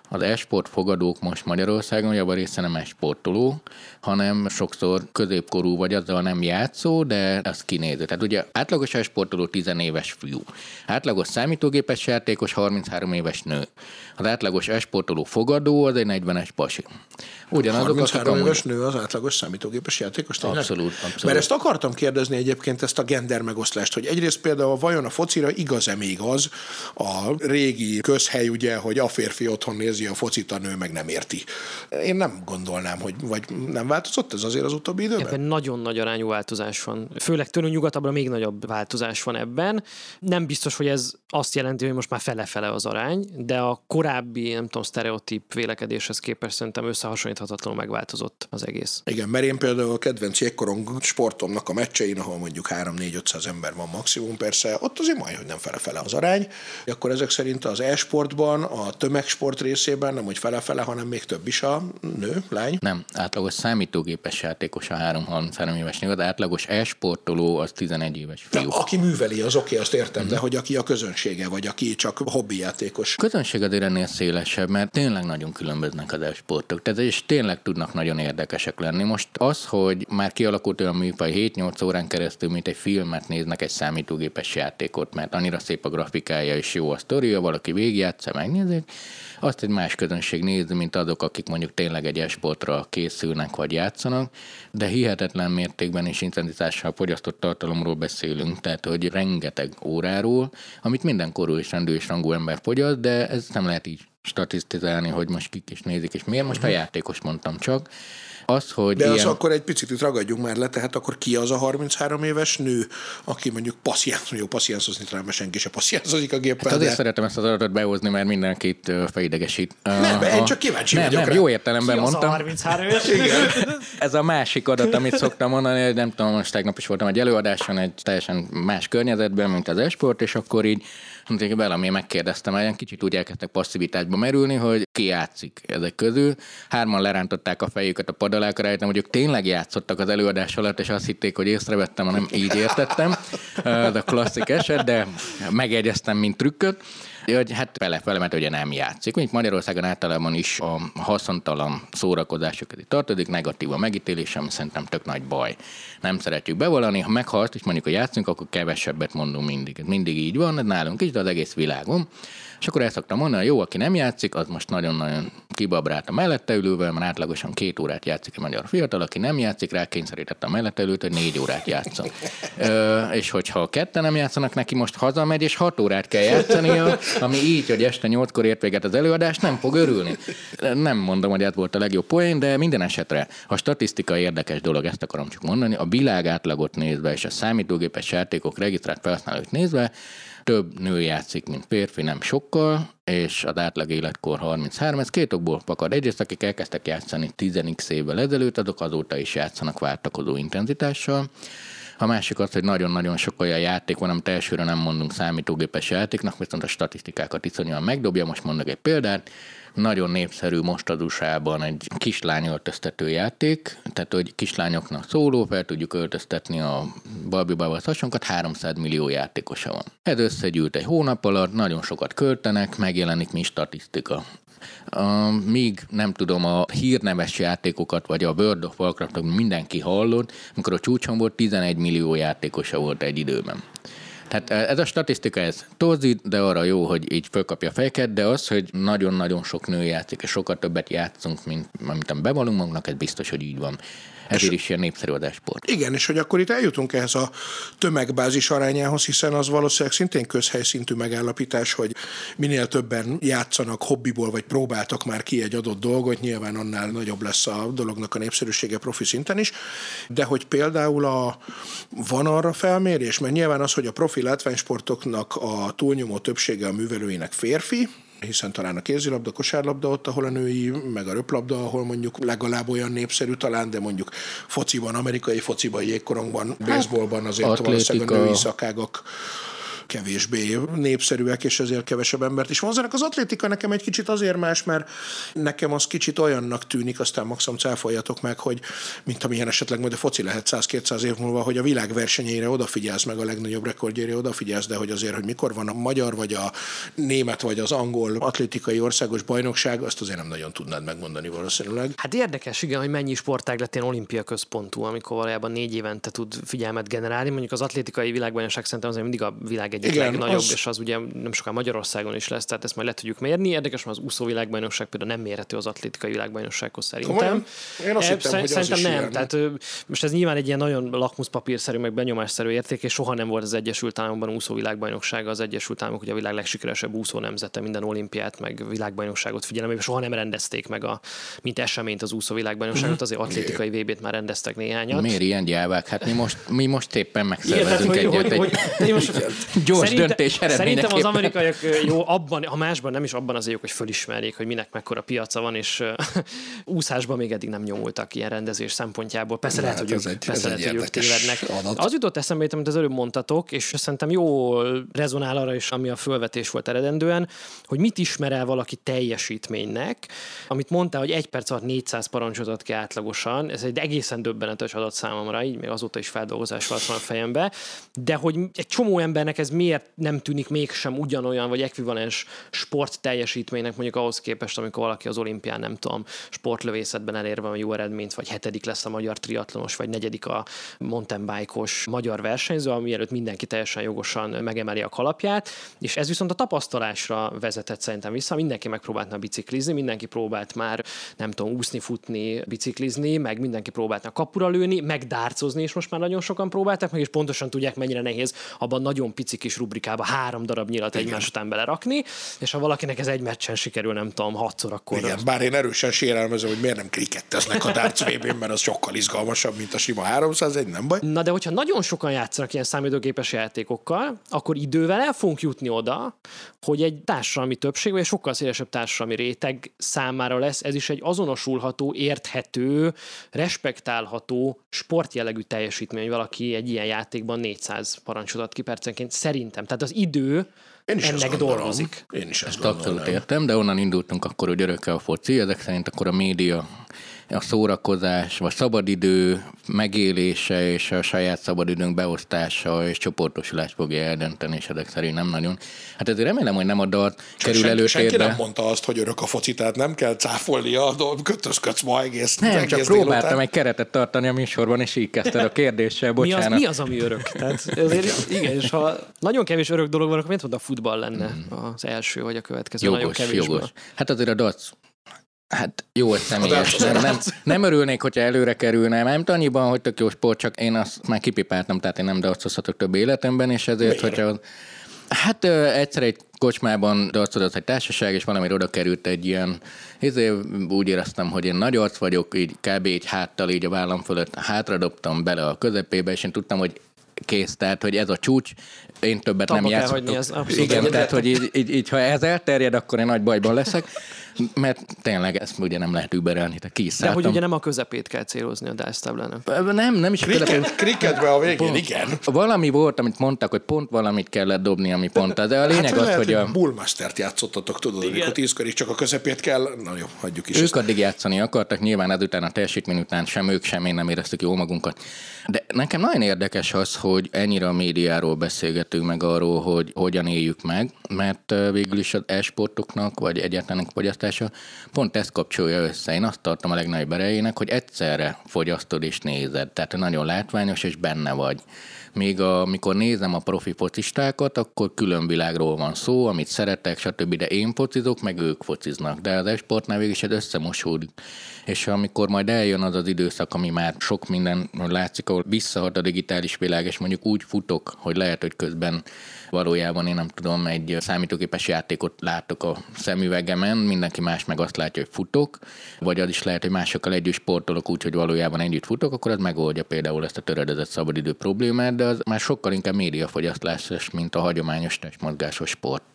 az e-sport fogadók most Magyarországon javarészt nem e-sportoló, hanem sokszor középkorú vagy azzal nem játszó, de az kinéző. Tehát ugye átlagos e-sportoló tizenéves fiú, átlagos számítógépes játékos harminchárom éves nő. Az átlagos e-sportoló fogadó az egy negyvenes pasi. Ugyanazok, harminchárom éves nő az átlagos számítógépes játékos? Tényleg? Abszolút, abszolút. Mert ezt akartam kérdezni egyébként, ezt a gender megoszlást, hogy egyrészt például vajon a focira igaz-e még az a régi közhely, ugye, hogy a férfi otthon nézi a focit, a nő meg nem érti. Én nem gondolnám, hogy vagy nem változott ez azért az utóbbi időben? Ebben nagyon nagy arányú változás van. Főleg tőlünk nyugatabbra még nagyobb változás van ebben. Nem biztos, hogy ez azt jelenti, hogy most már fele-fele az arány, de a korábbi, nem tudom, sztereotíp vélekedéshez képest szerintem összehasonlíthatatlanul megváltozott az egész. Igen, mert én például a kedvenc jégkorong sportomnak a meccsein, ahol mondjuk három-négy-ötszáz ember van maximum, persze, ott azért majd, hogy nem fele-fele az arány. Akkor ezek szerint az e-sportban, a tömegsport részében nem hogy fele-fele, hanem még több is a nő, lány. Nem, átlagos számítógépes játékos a három-harminchárom éves nő, az átlagos e-sportoló az tizenegy éves fiú. De aki műveli, az oké, azt értem, mm. de hogy aki a közönsége, vagy aki csak hobbi játékos. A közönség azért ennél szélesebb, mert tényleg nagyon különböznek az e-sportok, tehát és tényleg tudnak nagyon érdekesek lenni. Most az, hogy már kialakult olyan műfaj hét-nyolc órán keresztül, mint egy filmet néznek egy számítógépes játékot, mert annyira szép a grafikája és jó a sztoria, valaki végigjátsza, megnézik, azt egy más közönség nézi, mint azok, akik mondjuk tényleg egy e-sportra készülnek vagy játszanak, de hihetetlen mértékben és intenzitással fogyasztott tartalomról beszélünk, tehát hogy rengeteg óráról, amit minden korú és rendű és rangú ember fogyaszt, de ez nem lehet így statisztizálni, hogy most kik is nézik, és miért. Most a játékos mondtam csak. Az, hogy de ilyen... az akkor egy picit itt ragadjunk már le, tehát akkor ki az a harminchárom éves nő, aki mondjuk passziánsz, jó, passziánszozni talán, mert senki se passziánszozik a géppel. Hát azért de... szeretem ezt az adatot behozni, mert mindenkit felidegesít. Nem, a... én csak kíváncsi nem, vagyok nem, rá. jó értelemben ki mondtam. Az a harminchárom éves? Igen. Ez a másik adat, amit szoktam mondani, hogy nem tudom, most tegnap is voltam egy előadáson egy teljesen más környezetben, mint az e-sport, és akkor így valami megkérdeztem, egy kicsit úgy elkezdtek passzivitásba merülni, hogy ki játszik ezek közül. Hárman lerántották a fejüket a pad alá, rájöttem, hogy ők tényleg játszottak az előadás alatt, és azt hitték, hogy észrevettem, hanem így értettem. Ez a klasszik eset, de megjegyeztem, mint trükköt. Hogy hát fele-fele, mert ugye nem játszik. Mondjuk Magyarországon általában is a haszontalan szórakozások közé tartozik, negatív a megítélés, ami szerintem tök nagy baj. Nem szeretjük bevallani, ha meg ha azt is mondjuk, hogy játszunk, akkor kevesebbet mondunk mindig. Ez mindig így van, ez nálunk is, de az egész világon. És akkor el szoktam mondani, hogy jó, aki nem játszik, az most nagyon-nagyon kibabrált a mellette ülővel, mert átlagosan két órát játszik a magyar fiatal, aki nem játszik, rá kényszerítette a mellette ülőt, hogy négy órát játszon. Ö, és hogyha ketten nem játszanak, neki most hazamegy, és hat órát kell játszania, ami így, hogy este nyolckor ért véget az előadás, nem fog örülni. Nem mondom, hogy ez volt a legjobb poén, de minden esetre a statisztikai érdekes dolog, ezt akarom csak mondani, a világ átlagot nézve, és a számítógépes játékok regisztrált felhasználóit nézve, több nő játszik, mint férfi, nem sokkal, és az átlag életkor harminchárom, ez két okból fakad. Egyrészt, akik elkezdtek játszani tíz x évvel ezelőtt, azok azóta is játszanak váltakozó intenzitással. A másik az, hogy nagyon-nagyon sok olyan játék van, amit elsőre nem mondunk számítógépes játéknak, viszont a statisztikákat iszonyúan megdobja. Most mondok egy példát. Nagyon népszerű most az u es á-ban egy kislány öltöztető játék, tehát hogy kislányoknak szóló, fel tudjuk öltöztetni a Barbie-bával hasonlókat, háromszáz millió játékosa van. Ez összegyűlt egy hónap alatt, nagyon sokat költenek, megjelenik mi statisztika. Uh, míg nem tudom, a hírneves játékokat, vagy a World of Warcraft-ot mindenki hallott, amikor a csúcson volt, tizenegy millió játékosa volt egy időben. Tehát ez a statisztika, ez torzít, de arra jó, hogy így fölkapja a fejeket, de az, hogy nagyon-nagyon sok nő játszik, és sokkal többet játszunk, mint amit bevallunk magunknak, ez biztos, hogy így van. Ezért is ilyen népszerű az e-sport. Igen, és hogy akkor itt eljutunk ehhez a tömegbázis arányához, hiszen az valószínűleg szintén közhelyszintű megállapítás, hogy minél többen játszanak hobbiból, vagy próbáltak már ki egy adott dolgot, nyilván annál nagyobb lesz a dolognak a népszerűsége profi szinten is, de hogy például a, van arra felmérés, mert nyilván az, hogy a profi látványsportoknak a túlnyomó többsége a művelőinek férfi, hiszen talán a kézilabda, kosárlabda ott, ahol a női, meg a röplabda, ahol mondjuk legalább olyan népszerű talán, de mondjuk fociban, amerikai fociban, jégkorongban, baseballban azért valószínűleg a női szakágak kevésbé népszerűek, és ezért kevesebb embert is vonzanak. Az atlétika nekem egy kicsit azért más, mert nekem az kicsit olyannak tűnik, aztán maximum cáfoljatok meg, hogy mint amilyen esetleg majd a foci lehet száz-kétszáz év múlva, hogy a világ versenyeire odafigyelsz, meg a legnagyobb rekordjára odafigyelsz, de hogy azért, hogy mikor van a magyar, vagy a német, vagy az angol atlétikai országos bajnokság, azt azért nem nagyon tudnád megmondani valószínűleg. Hát érdekes, igen, hogy mennyi sportág lett ilyen olimpia központú, amikor valójában négy évente tud figyelmet generálni. Mondjuk az atlétikai világbajnokság szerintem azért mindig a világ egyik igen, legnagyobb, az... és az ugye nem sokkal Magyarországon is lesz, tehát ezt majd le tudjuk mérni. Érdekes, mert az úszó világbajnokság például nem mérhető az atlétikai világbajnoksághoz szerintem. Én azt hittem, Szerint, hogy szerintem az nem. Ilyen. Tehát most ez nyilván egy ilyen nagyon lakmuszpapírszerű, meg benyomásszerű érték, és soha nem volt az Egyesült Államokban úszó világbajnoksága. Az Egyesült Államok ugye a világ legsikeresebb úszó nemzete, minden olimpiát, meg világbajnokságot figyelembe, soha nem rendezték meg a, mint eseményt az úszó világbajnokságot, azért atlétikai vé bét már rendeztek néhányat. Miért ilyen gyávák? Hát mi most, mi most éppen megszervezünk egyet. Hogy, egy hogy, most gyors szerinte, döntés eredményeképpen. Szerintem az amerikaiak jó abban, ha másban nem is abban az jók, hogy fölismerjék, hogy minek mekkora piaca van, és uh, úszásban még eddig nem nyomultak ilyen rendezés szempontjából. Persze lehet, hogy, ők, egy, persze lehet, hogy ők tévednek. Adat. Az jutott eszembe, amit az előbb mondtatok, és szerintem jól rezonál arra is, ami a fölvetés volt eredendően, hogy mit ismer el valaki teljesítménynek, amit mondtál, hogy egy perc alatt négyszáz parancsot ad ki átlagosan, ez egy egészen döbbenetes adat számomra, így még azóta is feldolgozás alatt van a fejembe, de hogy egy csomó embernek ez miért nem tűnik mégsem ugyanolyan, vagy ekvivalens sport teljesítménynek, mondjuk ahhoz képest, amikor valaki az olimpián, nem tudom, sportlövészetben elérve a jó eredményt, vagy hetedik lesz a magyar triatlonos, vagy negyedik a mountain bike-os magyar versenyző, mielőtt mindenki teljesen jogosan megemeli a kalapját, és ez viszont a tapasztalásra vezetett szerintem vissza, mindenki megpróbálna biciklizni, mindenki próbált már, nem tudom, úszni, futni, biciklizni, meg mindenki próbálna kapura lőni, meg dárcozni, és most már nagyon sokan próbálták, meg és pontosan tudják, mennyire nehéz abban nagyon pici kis rubrikába három darab nyilat igen. egymás után belerakni, és ha valakinek ez egy meccsen sikerül, nem tudom, hatszor, akkor... Igen, bár én erősen sérelmezem, hogy miért nem kriketteznek a darts vé bén, mert az sokkal izgalmasabb, mint a sima háromszázegy, nem baj. Na de hogyha nagyon sokan játszanak ilyen számítógépes játékokkal, akkor idővel el fogunk jutni oda, hogy egy társadalmi többség, vagy egy sokkal szélesebb társadalmi réteg számára lesz ez is egy azonosulható, érthető, respektálható sportjellegű teljesítmény, hogy valaki egy ilyen játékban négyszáz parancsot ad ki percenként. Szerintem. Tehát az idő Én is ennek dolgozik. Én is ezt, ezt abszolút értem, de onnan indultunk akkor, hogy örökkel a foci, ezek szerint akkor a média, a szórakozás, vagy szabadidő megélése és a saját szabadidőnk beosztása és csoportosulás fogja eldönteni, és ezek szerint nem nagyon. Hát ezért remélem, hogy nem a dart kerül senki, előtérbe. Senki nem mondta azt, hogy örök a foci, tehát nem kell cáfolni a kötözködsz ma egész. Nem, egész csak próbáltam délután. egy keretet tartani a műsorban, és így kezdted a kérdéssel, bocsánat. Mi az, mi az, ami örök? Tehát ezért, igen, és ha nagyon kevés örök dolog van, akkor miért mondta, a futball lenne az első, vagy a következő? Jogos, nagyon kevésből. jogos. Hát azért a darts. Hát jó, ez személyes. Nem, nem, nem örülnék, hogyha előre kerülne. Nem annyiban, hogy tök jó sport, csak én azt már kipipáltam, tehát én nem darcozhatok több életemben, és ezért, miért? hogyha... Hát ö, egyszer egy kocsmában darcozott egy társaság, és valamire oda került egy ilyen, ezért úgy éreztem, hogy én nagy arc vagyok, így kb. Így háttal, így a vállam fölött hátradobtam bele a közepébe, és én tudtam, hogy kész, tehát, hogy ez a csúcs, én többet Tabba nem kell játszhatok. hagyni, ez abszolút. Igen, tehát, hogy így, így, így, ha ez elterjed, akkor én nagy bajban leszek, mert tényleg ezt ugye nem lehet überelni, tehát kiszálltam. De hogy ugye nem a közepét kell célozni a dice táblának. Nem, nem is a közepén. Kriketben a végén, igen. Valami volt, amit mondtak, hogy pont valamit kellett dobni, ami pont az. De a lényeg hát, az, lehet, hogy a... Bullmastert játszottatok, tudod, igen. Amikor tízkor is csak a közepét kell. Na jó, hagyjuk is. Ők ezt. addig játszani akartak, nyilván ezután a teljesítmény után sem ők, sem én nem éreztük jó magunkat. De nekem nagyon érdekes az, hogy ennyire a médiáról beszélgetünk meg arról, hogy hogyan éljük meg, mert végül is az e-sportoknak, vagy egyáltalán fogyasztása pont ezt kapcsolja össze. Én azt tartom a legnagyobb erejének, hogy egyszerre fogyasztod és nézed. Tehát nagyon látványos, és benne vagy. Még amikor nézem a profi focistákat, akkor külön világról van szó, amit szeretek, stb. De én focizok, meg ők fociznak. De az e-sportnál végig is ez összemosódik. És amikor majd eljön az az időszak, ami már sok minden látszik, ahol visszahat a digitális világ, és mondjuk úgy futok, hogy lehet, hogy közben valójában én nem tudom, egy számítógépes játékot látok a szemüvegemen, mindenki más meg azt látja, hogy futok, vagy az is lehet, hogy másokkal együtt sportolok úgy, hogy valójában együtt futok, akkor az megoldja például ezt a töredezett szabadidő problémát, de az már sokkal inkább médiafogyasztás, mint a hagyományos testmozgásos sport.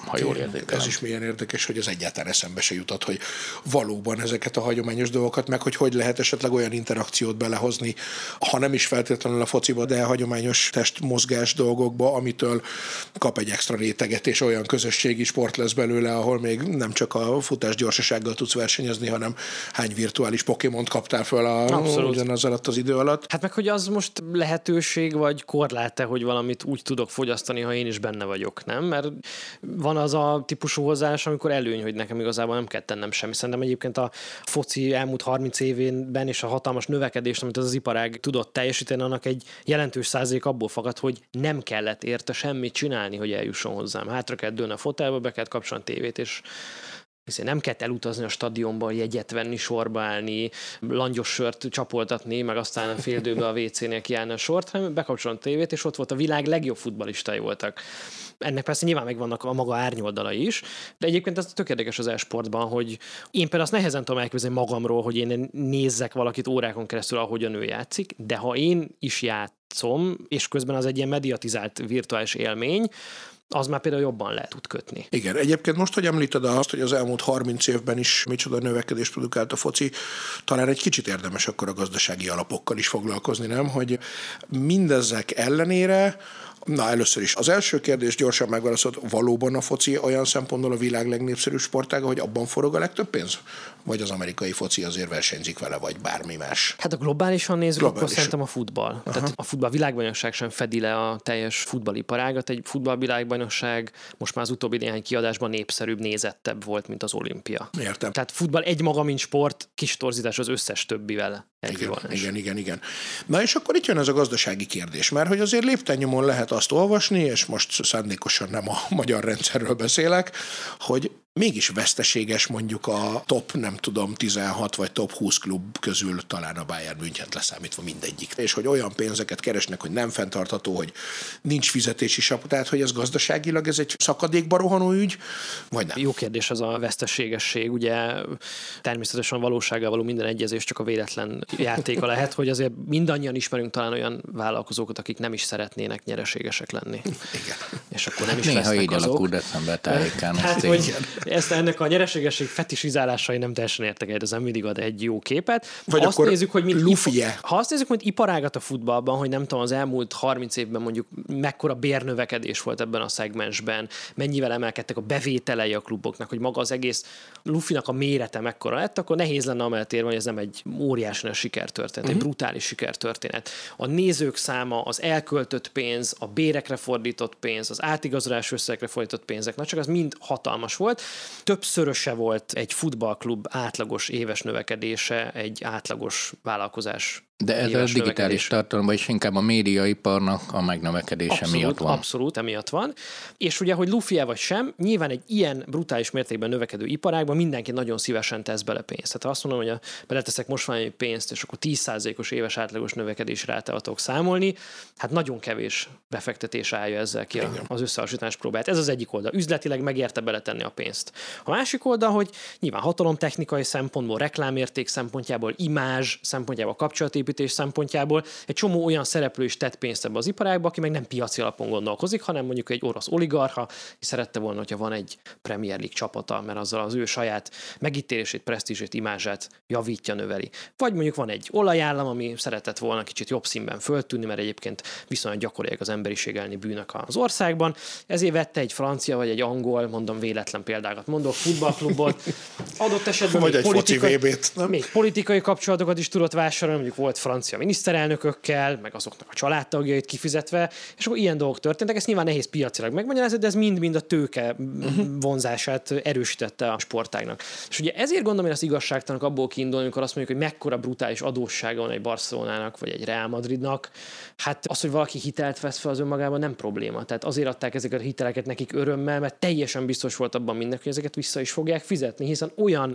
ha jól érzékelem. Ez is milyen érdekes, hogy az egyáltalán eszembe se jutott, hogy valóban ezeket a hagyományos dolgokat, meg hogy hogy lehet esetleg olyan interakciót belehozni, ha nem is feltétlenül a fociba, de a hagyományos testmozgás dolgokba, amitől kap egy extra réteget, és olyan közösségi sport lesz belőle, ahol még nem csak a futás gyorsasággal tudsz versenyezni, hanem hány virtuális Pokémont kaptál föl a, ugyanaz alatt az idő alatt. Hát meg, hogy az most lehetőség, vagy korlát-e, hogy valamit úgy tudok fogyasztani, ha én is benne vagyok, nem? Mert van az a típusú hozzáállás, amikor előny, hogy nekem igazából nem kell tennem semmi. Szerintem egyébként a foci elmúlt harminc évében és a hatalmas növekedést, amit az, az iparág tudott teljesíteni, annak egy jelentős százalék abból fakad, hogy nem kellett érte semmit csinálni, hogy eljusson hozzám. Hátra kell dőlni a fotelbe, be kell kapcsolni a tévét, és hiszen nem kellett elutazni a stadionba, jegyet venni, sorba állni, langyos sört csapoltatni, meg aztán a féldőbe a vé cénél kiállni a sort, hanem bekapcsolni a tévét, és ott volt a világ legjobb futballistai voltak. Ennek persze nyilván megvannak a maga árnyoldalai is, de egyébként ez tök érdekes az e-sportban, hogy én például azt nehezen tudom elképzelni magamról, hogy én nézzek valakit órákon keresztül, ahogyan ő játszik, de ha én is játszom, és közben az egy ilyen mediatizált virtuális élmény, az már például jobban le tud kötni. Igen, egyébként most, hogy említed azt, hogy az elmúlt harminc évben is micsoda növekedést produkált a foci, talán egy kicsit érdemes akkor a gazdasági alapokkal is foglalkozni, nem? Hogy mindezek ellenére, na először is az első kérdés gyorsan megválaszolt, valóban a foci olyan szempontból a világ legnépszerűbb sportága, hogy abban forog a legtöbb pénz? Vagy az amerikai foci azért versenyzik vele, vagy bármi más? Hát a globálisan nézzük, Globális. Akkor szerintem a futball. Aha. Tehát a futball világbajnokság sem fedi le a teljes futballiparágat. Egy futball világbajnokság most már az utóbbi néhány kiadásban népszerűbb, nézettebb volt, mint az olimpia. Értem. Tehát futball egy maga, mint sport, kis torzítás az összes többivel. Igen, igen, igen, igen. Na és akkor itt jön ez a gazdasági kérdés, mert hogy azért léptennyomon lehet azt olvasni, és most szándékosan nem a magyar rendszerről beszélek, hogy mégis veszteséges mondjuk a top, nem tudom, tizenhat vagy top húsz klub közül talán a Bayern München leszámítva mindegyik. És hogy olyan pénzeket keresnek, hogy nem fenntartható, hogy nincs fizetési sapu, tehát hogy ez gazdaságilag ez egy szakadékba rohanó ügy, vagy nem? Jó kérdés az a veszteségesség, ugye természetesen a valósággal való minden egyezés csak a véletlen játéka lehet, hogy azért mindannyian ismerünk talán olyan vállalkozókat, akik nem is szeretnének nyereségesek lenni. Igen. És akkor nem is néha lesznek így azok. alakul december tájékán. Hát, hogy ezt ennek a nyereségesség fetisizálásai nem teljesen értek egyet, ez nem mindig ad egy jó képet. Vagy azt akkor nézzük, hogy mint Luffy-e. Ha azt nézzük, hogy iparágat a futballban, hogy nem tudom, az elmúlt harminc évben mondjuk mekkora bérnövekedés volt ebben a szegmensben, mennyivel emelkedtek a bevételei a kluboknak, hogy maga az egész Luffy-nak a mérete mekkora lett, akkor nehéz lenne amellett érve, hogy ez nem egy óriási nagy sikertörténet, uh-huh. egy brutális sikertörténet. A nézők száma, az elköltött pénz, a bérekre fordított pénz, az átigazolás összegekre fordított pénzek, na csak az mind hatalmas volt. Többszöröse volt egy futballklub átlagos éves növekedése egy átlagos vállalkozás. De ez a digitális tartalomban is inkább a médiaiparnak a megnövekedése abszolút, miatt van. Abszolút, emiatt van. És ugye, hogy Luffy-e vagy sem, nyilván egy ilyen brutális mértékben növekedő iparágban mindenki nagyon szívesen tesz bele pénzt. Tehát ha azt mondom, hogy a, beleteszek most valami pénzt, és akkor tíz százalékos éves átlagos növekedés rátával tudok számolni, hát nagyon kevés befektetés állja ezzel ki a, az összehasonlítás próbáját. Ez az egyik oldal. Üzletileg megérte beletenni a pénzt. A másik oldal, hogy nyilván hatalomtechnikai szempontból, reklámérték szempontjából, imázs szempontjából, kapcsolati szempontjából egy csomó olyan szereplő is tett pénzt ebbe az iparágba, aki meg nem piaci alapon gondolkozik, hanem mondjuk egy orosz oligarcha, és szerette volna, hogyha van egy Premier League csapata, mert azzal az ő saját megítélését, presztízsét, imázsát javítja, növeli. Vagy mondjuk van egy olajállam, ami szeretett volna kicsit jobb színben föltűnni, mert egyébként viszonylag gyakoriak az emberiség elleni bűnök az országban. Ezért vette egy francia vagy egy angol, mondom véletlen példákat mondok, futballklubot. Adott esetben vagy még, egy politikai, foci vé bét, nem? még politikai kapcsolatokat is tudott vásárolni, mondjuk volt francia miniszterelnökökkel, meg azoknak a családtagjait kifizetve, és akkor ilyen dolgok történtek. Ezt nyilván nehéz piacilag megmagyarázni, de ez mind-mind a tőke vonzását erősítette a sportágnak. És ugye ezért gondolom én az igazságtalanok abból kiindulni, amikor azt mondjuk, hogy mekkora brutális adóssága van egy Barcelonának, vagy egy Real Madridnak. Hát az, hogy valaki hitelt vesz fel, az önmagában nem probléma. Tehát azért adták ezeket a hiteleket nekik örömmel, mert teljesen biztos volt abban mindenki, hogy ezeket vissza is fogják fizetni, hiszen olyan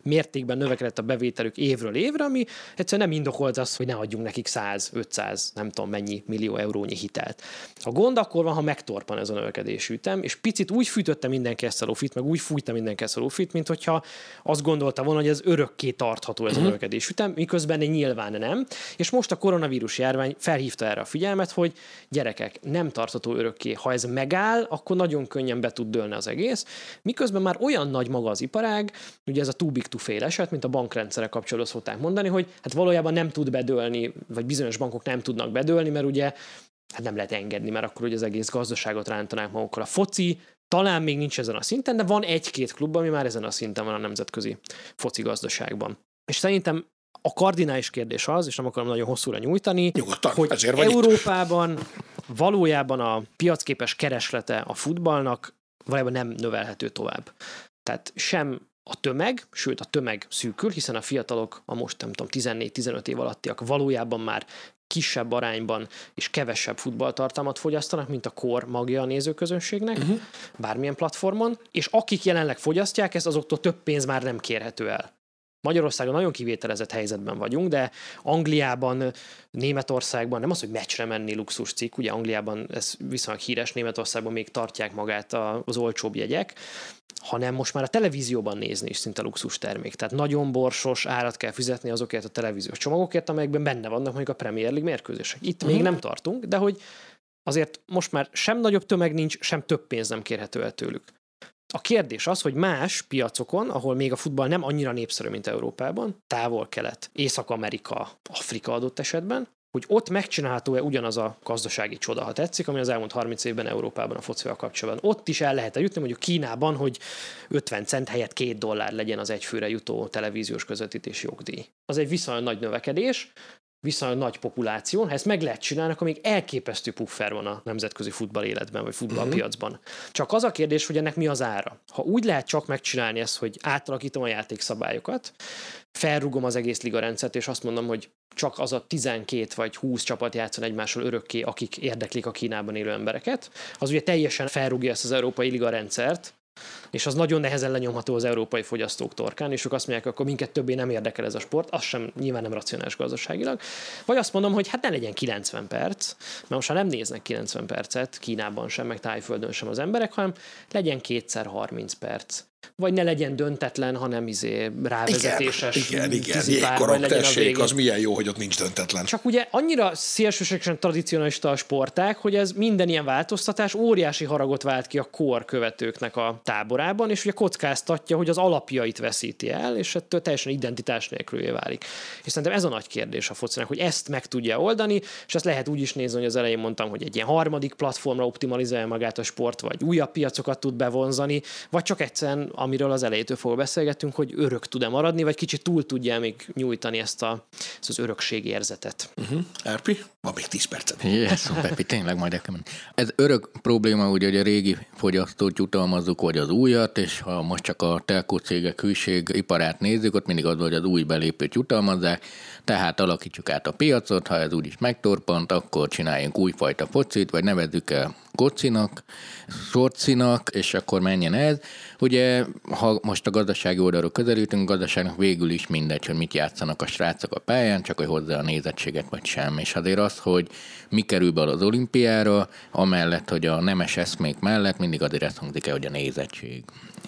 mértékben növekedett a bevételük évről évre, ami egyszerűen nem indokolt az, hogy ne adjunk nekik száz, ötszáz, nem tudom mennyi millió eurónyi hitelt. A gond akkor van, ha megtorpan ez a növekedési ütem, és picit úgy fűtötte mindenki ezt a lófit, meg úgy fújta mindenki ezt a lófit, mint hogyha azt gondolta volna, hogy ez örökké tartható ez a növekedési ütem, miközben nyilván nem. És most a koronavírus járvány felhívta erre a figyelmet, hogy gyerekek, nem tartható örökké. Ha ez megáll, akkor nagyon könnyen be tud dőlni az egész. Miközben már olyan nagy maga az iparág, ugye ez a too big to fail eset, mint a bankrendszerek kapcsolatban szokták mondani, hogy hát valójában nem tud bedőlni, vagy bizonyos bankok nem tudnak bedőlni, mert ugye hát nem lehet engedni, mert akkor ugye az egész gazdaságot rántanák magukkal. A foci talán még nincs ezen a szinten, de van egy-két klub, ami már ezen a szinten van a nemzetközi foci gazdaságban. És szerintem a kardinális kérdés az, és nem akarom nagyon hosszúra nyújtani, Nyugodtan, hogy Európában itt. valójában a piacképes kereslete a futballnak valójában nem növelhető tovább. Tehát sem a tömeg, sőt a tömeg szűkül, hiszen a fiatalok, a most nem tudom, tizennégy-tizenöt év alattiak valójában már kisebb arányban és kevesebb futballtartalmat fogyasztanak, mint a kor magja a nézőközönségnek, uh-huh. bármilyen platformon, és akik jelenleg fogyasztják ezt, azoktól több pénz már nem kérhető el. Magyarországon nagyon kivételezett helyzetben vagyunk, de Angliában, Németországban nem az, hogy meccsre menni luxus cikk, ugye Angliában ez viszonylag híres, Németországban még tartják magát az olcsóbb jegyek, hanem most már a televízióban nézni is szinte luxus termék. Tehát nagyon borsos árat kell fizetni azokért a televíziós csomagokért, amelyekben benne vannak mondjuk a Premier League mérkőzések. Itt uh-huh. még nem tartunk, de hogy azért most már sem nagyobb tömeg nincs, sem több pénz nem kérhető el tőlük. A kérdés az, hogy más piacokon, ahol még a futball nem annyira népszerű, mint Európában, Távol-Kelet, Észak-Amerika, Afrika adott esetben, hogy ott megcsinálható-e ugyanaz a gazdasági csoda, ha tetszik, ami az elmúlt harminc évben Európában a focival kapcsolatban. Ott is el lehet jutni, mondjuk Kínában, hogy ötven cent helyett két dollár legyen az egyfőre jutó televíziós közvetítési jogdíj. Az egy viszonylag nagy növekedés, viszonylag nagy populáció, ha ezt meg lehet csinálni, akkor még elképesztő puffer van a nemzetközi futball életben, vagy futballpiacban. Csak az a kérdés, hogy ennek mi az ára. Ha úgy lehet csak megcsinálni ezt, hogy átalakítom a játékszabályokat, felrugom az egész ligarendszert, és azt mondom, hogy csak az a tizenkét vagy húsz csapat játszon egymással örökké, akik érdeklik a Kínában élő embereket, az ugye teljesen felrúgja ezt az európai ligarendszert, és az nagyon nehezen lenyomható az európai fogyasztók torkán, és ők azt mondják, akkor minket többé nem érdekel ez a sport, az sem nyilván nem racionális gazdaságilag. Vagy azt mondom, hogy hát ne legyen kilencven perc, mert most már nem néznek kilencven percet Kínában sem, meg Tájföldön sem az emberek, hanem legyen kétszer harminc perc. Vagy ne legyen döntetlen, hanem izé rávezetéses igen, igen, tízipár, vagy legyen a végén. Az milyen jó, hogy ott nincs döntetlen. Csak ugye annyira szélsőségesen tradicionalista a sportág, hogy ez minden ilyen változtatás óriási haragot vált ki a kor követőknek a táborában, és ugye kockáztatja, hogy az alapjait veszíti el, és ettől teljesen identitás nélkülé válik. És szerintem ez a nagy kérdés a focinak, hogy ezt meg tudja oldani, és ezt lehet úgy is nézni, hogy az elején mondtam, hogy egy ilyen harmadik platformra optimalizálja magát a sport, vagy újabb piacokat tud bevonzani, vagy csak egyszerűen amiről az elejétől fogva beszélgettünk, hogy örök tud-e maradni, vagy kicsit túl tudja még nyújtani ezt, a, ezt az örökségérzetet. Uh-huh. Erpi, van még tíz percet. Jézus, Pepi, tényleg majd elkezdem. Ez örök probléma, ugye, hogy a régi fogyasztót jutalmazzuk, vagy az újat, és ha most csak a telkó cégek hűségiparát nézzük, ott mindig az, hogy az új belépőt jutalmazzák, tehát alakítsuk át a piacot, ha ez úgyis megtorpant, akkor csináljunk újfajta focit, vagy nevezzük el kocinak, sorcinak, és akkor menjen ez. Ugye, ha most a gazdasági oldalról közelítünk, a gazdaságnak végül is mindegy, hogy mit játszanak a srácok a pályán, csak hogy hozzá a nézettséget vagy sem. És azért az, hogy mi kerül be az olimpiára, amellett, hogy a nemes eszmék mellett mindig azért ezt hangzik el, hogy a nézettség.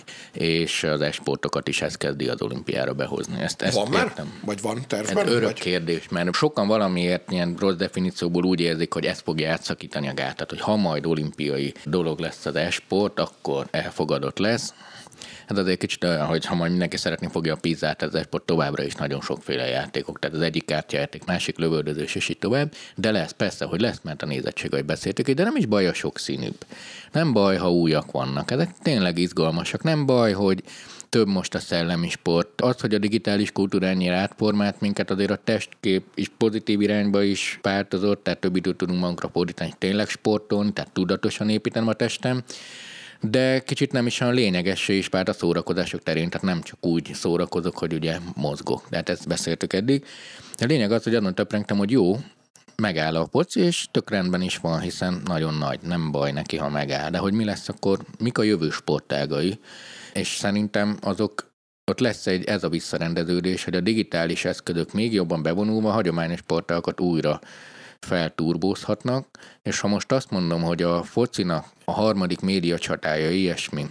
És az e-sportokat is ezt kezdi az olimpiára behozni. Ezt, ezt van már? Értem. Vagy van tervben? Ez örök vagy? kérdés, mert sokan valamiért ilyen rossz definícióból úgy érzik, hogy ezt fogja átszakítani a gátat, hogy ha majd olimpiai dolog lesz az e-sport, akkor elfogadott lesz. Ez azért kicsit olyan, hogy ha majd mindenki szeretni fogja a pizzát, az e-sport továbbra is nagyon sokféle játékok, tehát az egyik kártyajáték, másik lövöldözés, és így tovább, de lesz, persze, hogy lesz, mert a nézettség, hogy beszéltük, de nem is baj a sokszínűbb. Nem baj, ha újak vannak, ezek tényleg izgalmasak, nem baj, hogy több most a szellemi sport. Az, hogy a digitális kultúra ennyire átformált minket, azért a testkép is pozitív irányba is pártozott, tehát több időt tudunk magunkra fordítani, tényleg sporton, tehát tudatosan építenem a testem, de kicsit nem is olyan lényegessé is párt a szórakozások terén, tehát nem csak úgy szórakozok, hogy ugye mozgok. De hát ezt beszéltük eddig. A lényeg az, hogy azon töprengtem, hogy jó, megáll a foci, és tök rendben is van, hiszen nagyon nagy, nem baj neki, ha megáll. De hogy mi lesz akkor, mik a jövő sportágai, és szerintem azok ott lesz egy ez a visszarendeződés, hogy a digitális eszközök még jobban bevonulva hagyományos sportágokat újra felturbózhatnak, és ha most azt mondom, hogy a focinak a harmadik média csatája ilyesmi,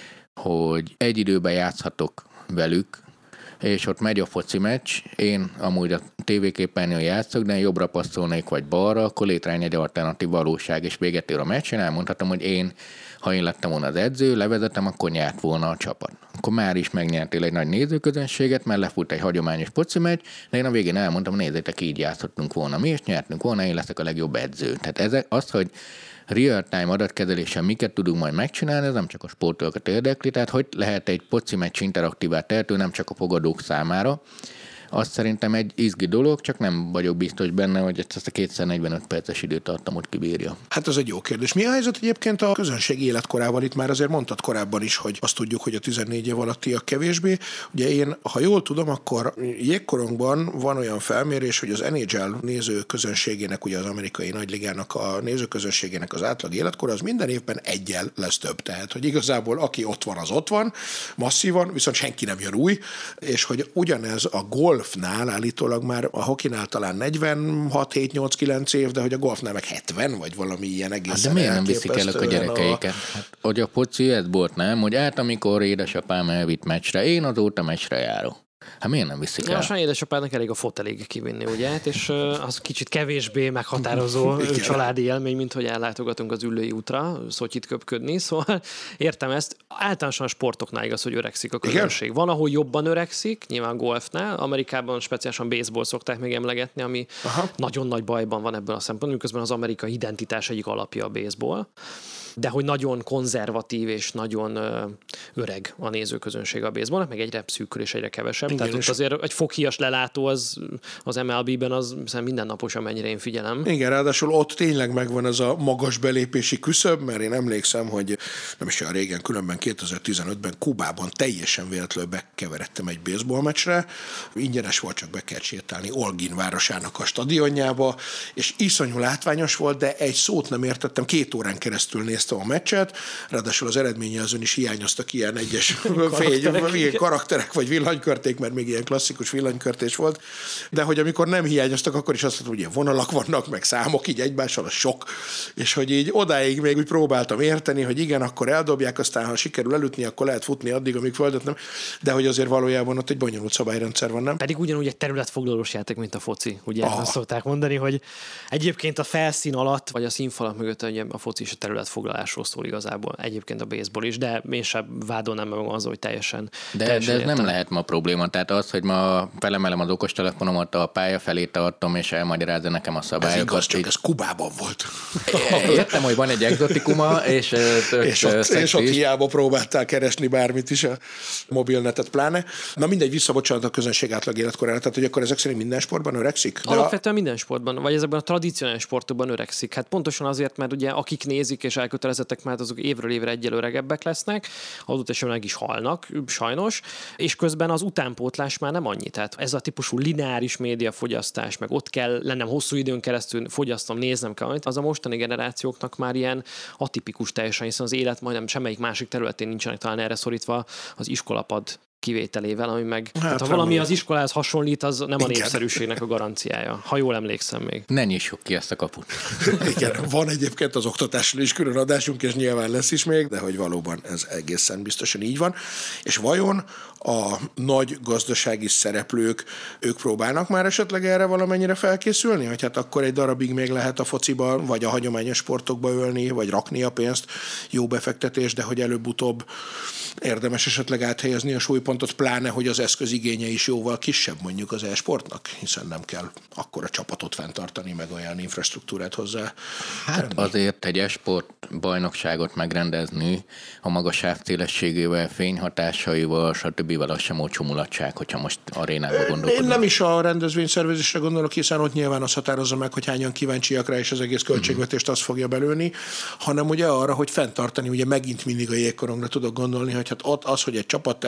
hogy egy időben játszhatok velük, és ott megy a foci meccs, én amúgy a tévéképernyőn játszok, de jobbra passzolnék vagy balra, akkor létrejön egy alternatív valóság, és véget ér a meccs, én elmondhatom, hogy én, ha én lettem volna az edző, levezetem, akkor nyert volna a csapat. Akkor már is megnyertél egy nagy nézőközönséget, mert lefut egy hagyományos foci meccs, de én a végén elmondtam, nézzétek, így játszottunk volna mi, és nyertünk volna, én leszek a legjobb edző. Tehát ez, az, hogy real-time adatkezeléssel miket tudunk majd megcsinálni, ez nem csak a sportolókat érdekli, tehát hogy lehet egy foci meccs interaktívá tehető nem csak a fogadók számára. Azt szerintem egy izgi dolog, csak nem vagyok biztos benne, hogy ezt a kétszáznegyvenöt perces időtartamot kibírja. Hát ez egy jó kérdés. Mi a helyzet egyébként a közönség életkorával? Itt már azért mondtad korábban is, hogy azt tudjuk, hogy a tizennégy év alattiak kevésbé. Ugye én, ha jól tudom, akkor jégkorunkban van olyan felmérés, hogy az en há el néző közönségének, ugye az amerikai nagyligának a nézőközönségének az átlag életkora az minden évben egyel lesz több. Tehát, hogy igazából aki ott van, az ott van, masszívan, viszont senki nem jön új, és hogy ugyanez a golf golfnál állítólag már a hokinál talán negyvenhat hét nyolc kilenc év, de hogy a golfnál meg hetven, vagy valami ilyen egészen. Hát de miért nem viszik el a gyerekeiket? A... Hát, hogy a foci ez volt, nem? Hogy át, amikor édesapám elvitt meccsre, én azóta meccsre járok. Hát miért nem viszik el? Most már édesapának elég a foteléig kivinni, ugye? És az kicsit kevésbé meghatározó családi élmény, mint hogy ellátogatunk az Üllői útra, Szotyit köpködni, szóval értem ezt. Általánosan a sportoknál igaz, hogy öregszik a közönség. Igen? Van, ahol jobban öregszik, nyilván golfnál, Amerikában speciálisan baseball szokták még emlegetni, ami Aha. nagyon nagy bajban van ebből a szempontból, miközben az amerikai identitás egyik alapja a baseball. De hogy nagyon konzervatív és nagyon ö, öreg a nézőközönség a baseballnak, meg egyre szűkül és egyre kevesebb. Igen, tehát ott azért egy foghíjas lelátó az, az em el bé-ben az mindennapos, amennyire én figyelem. Igen, ráadásul ott tényleg megvan ez a magas belépési küszöb, mert én emlékszem, hogy nem is olyan régen, különben kétezer-tizenötben Kubában teljesen véletlenül bekeveredtem egy baseball meccsre, ingyenes volt, csak be kell sétálni Olgin városának a stadionjába, és iszonyú látványos volt, de egy szót nem értettem, két órán keresztül néztem a meccset, ráadásul az eredményjelzőn is hiányoztak ilyen egyes karakterek. karakterek vagy villanykörték, mert még ilyen klasszikus villanykörtés volt, de hogy amikor nem hiányoztak, akkor is azt mondtam, hogy ilyen vonalak vannak, meg számok így egymással, a sok, és hogy így odáig még úgy próbáltam érteni, hogy igen, akkor eldobják, aztán ha sikerül elütni, akkor lehet futni addig, amíg földet nem, de hogy azért valójában ott egy bonyolult szabályrendszer van, nem? Pedig ugyanúgy egy területfoglalós játék, mint a foci, ugye? Ah. Azt szokták mondani, hogy egyébként a felszín alatt, vagy a színfalak mögött ugye a foci is a területfoglalásról szól igazából, egyébként a baseball is, de én sem vádolnám meg az, hogy teljesen De, teljesen de ez nem lehet ma probléma, tehát az, hogy ma felemelem az okostelefonomat, a pálya felé tartom, és elmagyarázza nekem a szabályokat. Ez igaz, csak ez Kubában volt. Értem, hogy van egy egzotikuma, és tök és ott, és ott hiába próbáltál keresni bármit is, a mobilnetet pláne. Na mindegy, visszabocsánat a közönség átlag életkorára, tehát hogy akkor ezek szerint minden sportban öregszik? De alapvetően minden sportban, vagy ezekben a tradicionális sportokban öregszik. Hát pontosan azért, mert ugye akik nézik és elkötelezettek, mert azok évről évre egyel öregebbek lesznek, adott esetben meg is halnak, sajnos, és közben az utánpótlás már nem annyi. Tehát ez a típusú lineáris médiafogyasztás, meg ott kell lennem hosszú időn keresztül fogyasztom, néznem kell, az a mostani generációknak már ilyen atipikus teljesen, hiszen az élet majdnem semmelyik másik területén nincsenek talán erre szorítva az iskolapad kivételével, ami meg, hát, hát ha valami nem az iskolához hasonlít, az nem igen. a népszerűségnek a garanciája. Ha jól emlékszem még. Ne nyissuk ki ezt a kaput. Igen, van egyébként az oktatásról is külön adásunk, és nyilván lesz is még, de hogy valóban ez egészen biztosan így van. És vajon a nagy gazdasági szereplők, ők próbálnak már esetleg erre valamennyire felkészülni, hogy hát akkor egy darabig még lehet a fociba, vagy a hagyományos sportokba ölni, vagy rakni a pénzt, jó befektetés, de hogy előbb-utóbb érdemes esetleg áthelyezni a súlypontot, pláne, hogy az eszköz igénye is jóval kisebb mondjuk az e-sportnak, hiszen nem kell akkora csapatot fenntartani, meg olyan infrastruktúrát hozzá. Hát tenni. Azért egy e-sport bajnokságot megrendezni a magas sávszélességével, fényhatásaival, stb. Az sem olcsó mulatság, hogyha most arénába gondolkodunk. Én nem is a rendezvényszervezésre gondolok, hiszen ott nyilván az határozza meg, hogy hányan kíváncsiak rá, és az egész költségvetést azt fogja belőni, hanem ugye arra, hogy fenntartani, ugye megint mindig a jégkorongra tudok gondolni, hogy hát ott az, hogy egy csapat, tehát hogy ott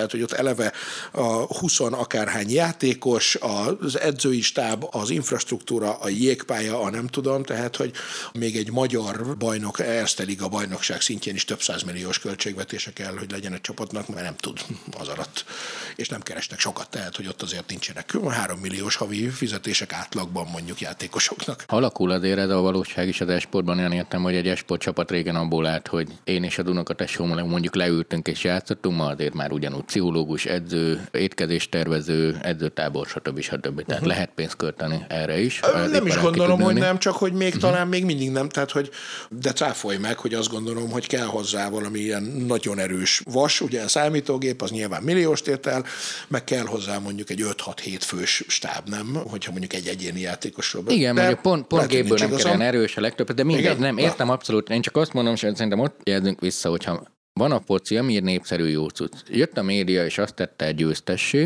eleve a húsz akárhány játékos, az edzői stáb, az infrastruktúra, a jégpálya, a nem tudom, tehát, hogy még egy magyar bajnok, Erste Liga bajnokság szintjén is több százmilliós költségvetése kell, hogy legyen egy csapatnak, mert nem tud az alatt, és nem keresnek sokat, tehát, hogy ott azért nincsenek három milliós havi fizetések átlagban mondjuk játékosoknak. Alakul azért ez a valóság is az e-sportban, olyan értem, hogy egy e-sport csapat régen abból állt, hogy én és a unokatesóm mondjuk leültünk és játszottunk, ma azért már ugyanúgy pszichológus, edző, étkezéstervező, edzőtábor, stb. stb. Tehát uh-huh. lehet pénzt költeni erre is. Nem is gondolom, hogy nem, csak hogy még uh-huh. talán még mindig nem, tehát hogy de cáfolj meg, hogy azt gondolom, hogy kell hozzá valami ilyen nagyon erős vas, ugye a számítógép, az nyilván milliós tétel, meg kell hozzá mondjuk egy öt-hat-hét fős stáb, nem? Hogyha mondjuk egy egyéni játékosról. Igen, mondjuk pont, pont gépből nem kell olyan erős a legtöbb, de mindegy, nem, értem abszolút. Én csak azt mondom, hogy szerintem ott jelzünk vissza, hogyha van a foci, ami népszerű jó cucc. Jött a média, és azt tette egy győztessé,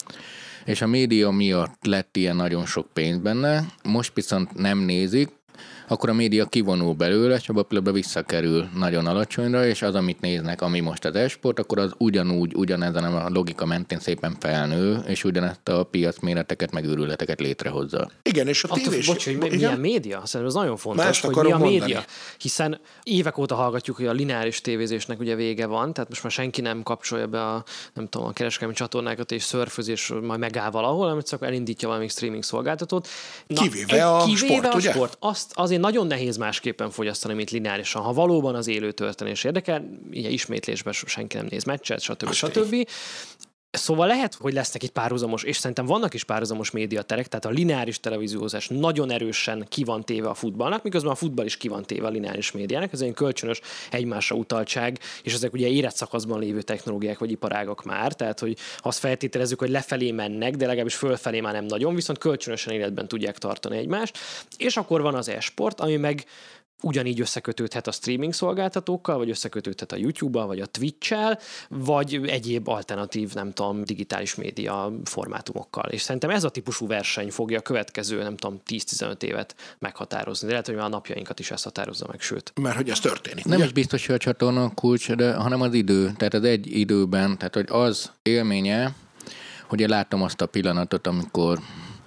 és a média miatt lett ilyen nagyon sok pénz benne, most viszont nem nézik, akkor a média kivonul belőle, és abban a pillanatban visszakerül nagyon alacsonyra, és az, amit néznek, ami most az e-sport, akkor az ugyanúgy, ugyanezen a logika mentén szépen felnő, és ugyanezt a piacméreteket, meg őrületeket létrehozza. Igen, és a tévés... Bocs, hogy igen? milyen média? Szerintem ez nagyon fontos, Mást hogy mi a mondani. média. Hiszen évek óta hallgatjuk, hogy a lineáris tévézésnek ugye vége van, tehát most már senki nem kapcsolja be a, nem tudom, a kereskedelmi csatornákat és szörfözés majd megáll valahol, amit csak elindítja valami streaming szolgáltatót. Na, kivéve a kivéve sport, a ugye? sport. Azt azért nagyon nehéz másképpen fogyasztani, mint lineárisan. Ha valóban az élő történés érdekel, ugye ismétlésben senki nem néz meccset, stb. stb. Szóval lehet, hogy lesznek itt párhuzamos, és szerintem vannak is párhuzamos médiaterek, tehát a lineáris televíziózás nagyon erősen ki van téve a futballnak, miközben a futball is ki van téve a lineáris médiának, ez egy kölcsönös egymásra utaltság, és ezek ugye érett szakaszban lévő technológiák vagy iparágak már, tehát hogy azt feltételezzük, hogy lefelé mennek, de legalábbis fölfelé már nem nagyon, viszont kölcsönösen életben tudják tartani egymást, és akkor van az e-sport, ami meg ugyanígy összekötődhet a streaming szolgáltatókkal, vagy összekötődhet a YouTube-bal, vagy a Twitch-el, vagy egyéb alternatív, nem tudom, digitális média formátumokkal. És szerintem ez a típusú verseny fogja a következő, nem tudom, tíz-tizenöt évet meghatározni. De lehet, hogy már a napjainkat is ezt határozza meg, sőt. Mert hogy ez történik. Nem ugye? is biztos, hogy a csatorna kulcs, de, hanem az idő. Tehát az egy időben, tehát hogy az élménye, hogy én látom azt a pillanatot, amikor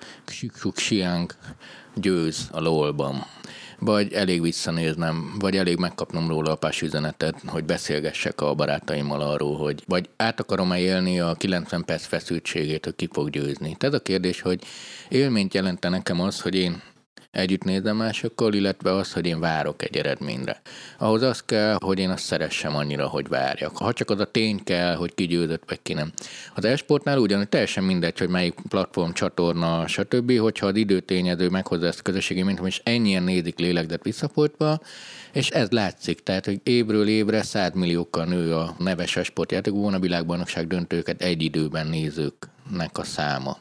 Xiu Xiang győz a lolban. Vagy elég visszanéznem, vagy elég megkapnom róla a pás üzenetet, hogy beszélgessek a barátaimmal arról, hogy vagy át akarom-e élni a kilencven perc feszültségét, hogy ki fog győzni. Tehát a kérdés, hogy élményt jelente nekem az, hogy én együtt nézem másokkal, illetve az, hogy én várok egy eredményre. Ahhoz az kell, hogy én azt szeressem annyira, hogy várjak. Ha csak az a tény kell, hogy ki győzött, vagy ki nem. Az e-sportnál ugyanúgy teljesen mindegy, hogy melyik platform, csatorna, stb., hogyha az időtényező meghozza ezt a közösségi mintot, és ennyien nézik lélegzet visszafolytva, és ez látszik, tehát, hogy évről évre százmilliókkal nő a neves e-sportjátékokon, a világbajnokság döntőket egy időben nézőknek a száma.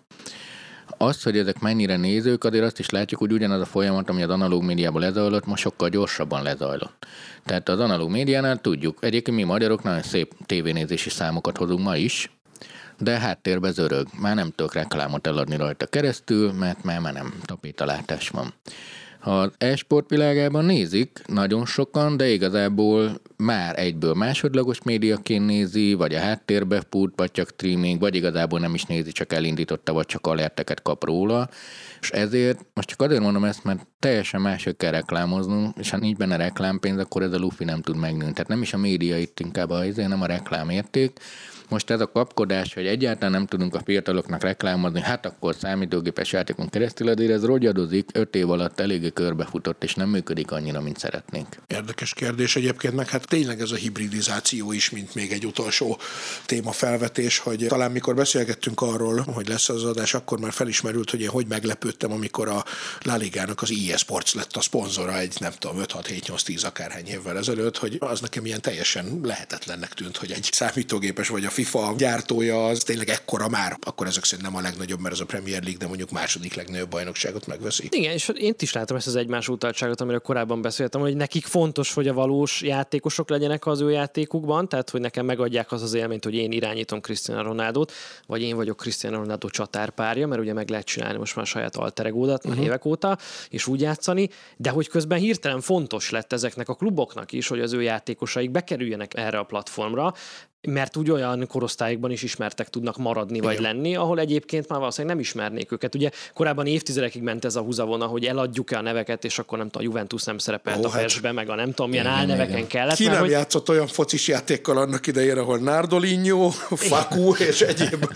Az, hogy ezek mennyire nézők, azért azt is látjuk, hogy ugyanaz a folyamat, ami az analóg médiában lezajlott, most sokkal gyorsabban lezajlott. Tehát az analóg médiánál tudjuk, egyébként mi magyarok nagyon szép tévénézési számokat hozunk ma is, de háttérben zörög. Már nem tudok reklámot eladni rajta keresztül, mert már, már nem tapétalátás van. Az e-sport világában nézik nagyon sokan, de igazából már egyből másodlagos médiaként nézi, vagy a háttérbe fut, vagy csak streaming, vagy igazából nem is nézi, csak elindította, vagy csak alerteket kap róla. És ezért, most csak azért mondom ezt, mert teljesen máshogy kell reklámoznunk, és ha nincs benne reklámpénz, akkor ez a lufi nem tud megnőni. Tehát nem is a média itt inkább az, nem a reklámérték. Most ez a kapkodás, hogy egyáltalán nem tudunk a fiataloknak reklámozni, hát akkor számítógépes játékon keresztül, azért ez rogyadozik, öt év alatt eléggé körbefutott, és nem működik annyira, mint szeretnénk. Érdekes kérdés egyébként, meg hát tényleg ez a hibridizáció is, mint még egy utolsó témafelvetés, hogy talán mikor beszélgettünk arról, hogy lesz az adás, akkor már felismerült, hogy én hogy meglepődtem, amikor a La Ligának az i e Sports lett a szponzora egy, nem tudom, öt hat hét nyolc tíz akárhány évvel ezelőtt, hogy az nekem ilyen teljesen lehetetlennek tűnt, hogy egy számítógépes vagy a FIFA gyártója az tényleg ekkora már, akkor ezek szerint nem a legnagyobb, mert ez a Premier League, de mondjuk második legnagyobb bajnokságot megveszi. Igen, és én is látom ezt az egymás utaltságot, amiről korábban beszéltem, hogy nekik fontos, hogy a valós játékosok legyenek az ő játékukban, tehát hogy nekem megadják az az élményt, hogy én irányítom Cristiano Ronaldot, vagy én vagyok Cristiano Ronaldo csatárpárja, mert ugye meg lehet csinálni most már a saját alter egódat már uh-huh. évek óta, és úgy játszani, de hogy közben hirtelen fontos lett ezeknek a kluboknak is, hogy az ő játékosaik bekerüljenek erre a platformra, mert úgy olyan korosztályokban is ismertek tudnak maradni vagy Igen. lenni, ahol egyébként már valószínűleg nem ismernék őket. Ugye korábban évtizedekig ment ez a húzavona, hogy eladjuk-e a neveket, és akkor nem tudom, a Juventus nem szerepelt Ó, a Pestbe, hát. meg a nem tudom, milyen Igen, álneveken igen. kellett. Ki mert, nem hogy... játszott olyan focis játékkal annak idején, ahol Nardolinho, Facu és egyéb...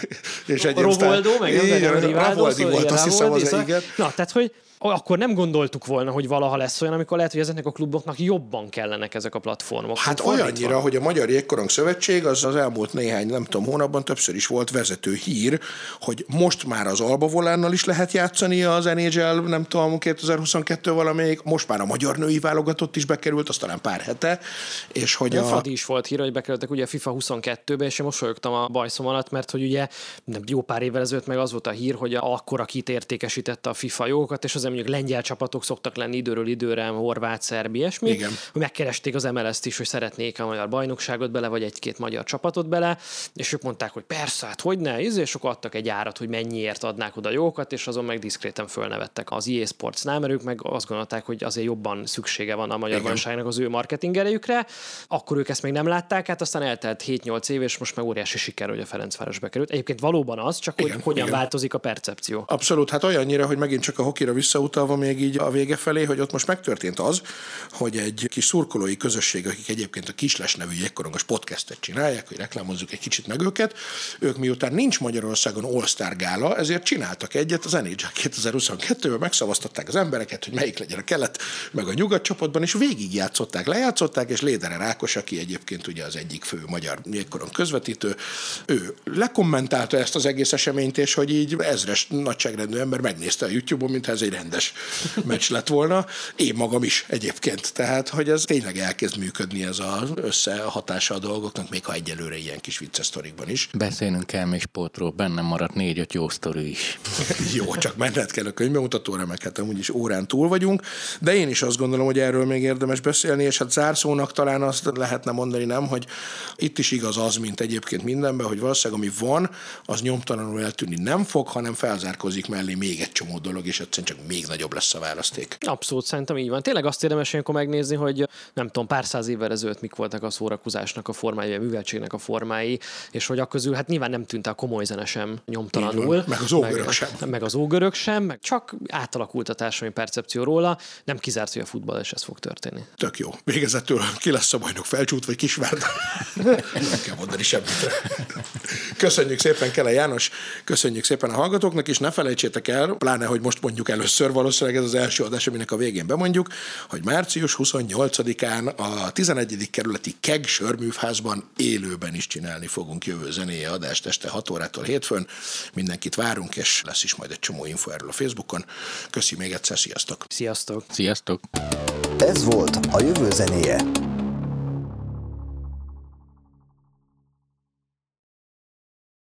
és egyéb Rovoldo, meg nem igen, Rivaldo, Ravoldi szóval volt, igen, azt hiszem, Ravoldi, az szóval- igen. Na, tehát, hogy akkor nem gondoltuk volna, hogy valaha lesz olyan, amikor lehet, hogy ezeknek a kluboknak jobban kellenek ezek a platformok. Hát Fordítva. olyannyira, hogy a Magyar Jégkorong Szövetség az az elmúlt néhány, nem tudom, hónapban többször is volt vezető hír, hogy most már az Alba Volánnal is lehet játszani az en há el, nem tudom, kétezer-huszonkettő valamelyik, most már a magyar női válogatott is bekerült, az talán pár hete, és hogy A a... Fradi is volt hír, hogy bekerültek ugye a FIFA huszonkettőbe, és én mosolyogtam a bajszom alatt, mert hogy ugye jó pár évvel ezelőtt meg az volt a hír, hogy akkora kit értékesítette a FIFA jogokat, és azért mondjuk lengyel csapatok szoktak lenni időről időre, horvát, szerb, ilyesmi, Igen. hogy megkeresték az em el es-t is, hogy szeretnék a magyar bajnokságot bele, vagy egy-két magyar csapatot bele, és ők mondták, hogy persze, hát hogy ne, és akkor adtak egy árat, hogy mennyiért adnák oda jogokat, és azon meg diszkréten fölnevettek az i á Sportsnál, mert ők meg azt gondolták, hogy azért jobban szüksége van a magyar bajnokságnak az ő marketing erejükre. Akkor ők ezt még nem látták, hát aztán eltelt hét-nyolc év, és most meg óriási siker, hogy a Ferencvárosba került. Egyébként valóban az, csak Igen, hogy hogyan igen. változik a percepció. Abszolút, hát olyannyira, hogy megint csak a hokira visszautalva még így a vége felé, hogy ott most megtörtént az, hogy egy kis szurkolói közösség, akik egyébként a Kisles nevű jégkorongos podcastet csinálják, hogy reklámozzuk egy kicsit meg őket, ők miután nincs Magyarországon All-Star gála, ezért csináltak egyet az en há el kétezer-huszonkettőben, megszavaztatták az embereket, hogy melyik legyen a kelet, meg a nyugat csapatban, és végig játszották, lejátszották, és Léderer Ákos, aki egyébként ugye az egyik fő magyar jégkorong közvetítő, ő lekommentálta ezt az egész eseményt, és hogy így ezres nagyságrendű ember megnézte a YouTube-on, mintha ez egy rendes meccs lett volna. Én magam is egyébként. Tehát, hogy ez tényleg elkezd működni ez az összehatása a dolgoknak, még ha egyelőre ilyen kis vicces sztorikban is. Beszélnünk kell még sportról, bennem maradt négy-öt jó sztori is. Jó, csak menned kell a könyvbemutatóra, meg hát amúgy is órán túl vagyunk, de én is azt gondolom, hogy erről még érdemes beszélni, és hát zárszónak talán azt lehetne mondani, nem, hogy itt is igaz az, mint egyébként mindenben, hogy valószínűleg ami van, az nyomtalanul eltűnni nem fog, hanem felzárkózik mellé még egy csomó dolog, és egyszerűen csak még nagyobb lesz a választék. Abszolút, szerintem így van. Tényleg azt érdemes ilyenkor megnézni, hogy nem tudom, pár száz évvel ezelőtt mik voltak a szórakozásnak a formái, a műveltségnek a formái, és hogy a közül hát nyilván nem tűnt a komoly zene sem nyomtalanul. Meg az ógörög sem. Meg az ógörög sem, meg csak átalakult a társadalmi percepció róla. Nem kizárt, hogy a futball és ez fog történni. Tök jó. Végezetül ki lesz a bajnok, Felcsút vagy Kisvárda? Nem kell mondani semmit. Köszönjük szépen Kele János, köszönjük szépen a hallgatóknak, és ne felejtsétek el, pláne, hogy most mondjuk először, valószínűleg ez az első adás, aminek a végén bemondjuk, hogy március huszonnyolcadikán a tizenegyedik kerületi Keg sörművházban élőben is csinálni fogunk jövő zenéje adást este hat órától hétfőn. Mindenkit várunk, és lesz is majd egy csomó info erről a Facebookon. Köszi még egyszer, sziasztok! Sziasztok! Sziasztok! Ez volt a jövő zenéje.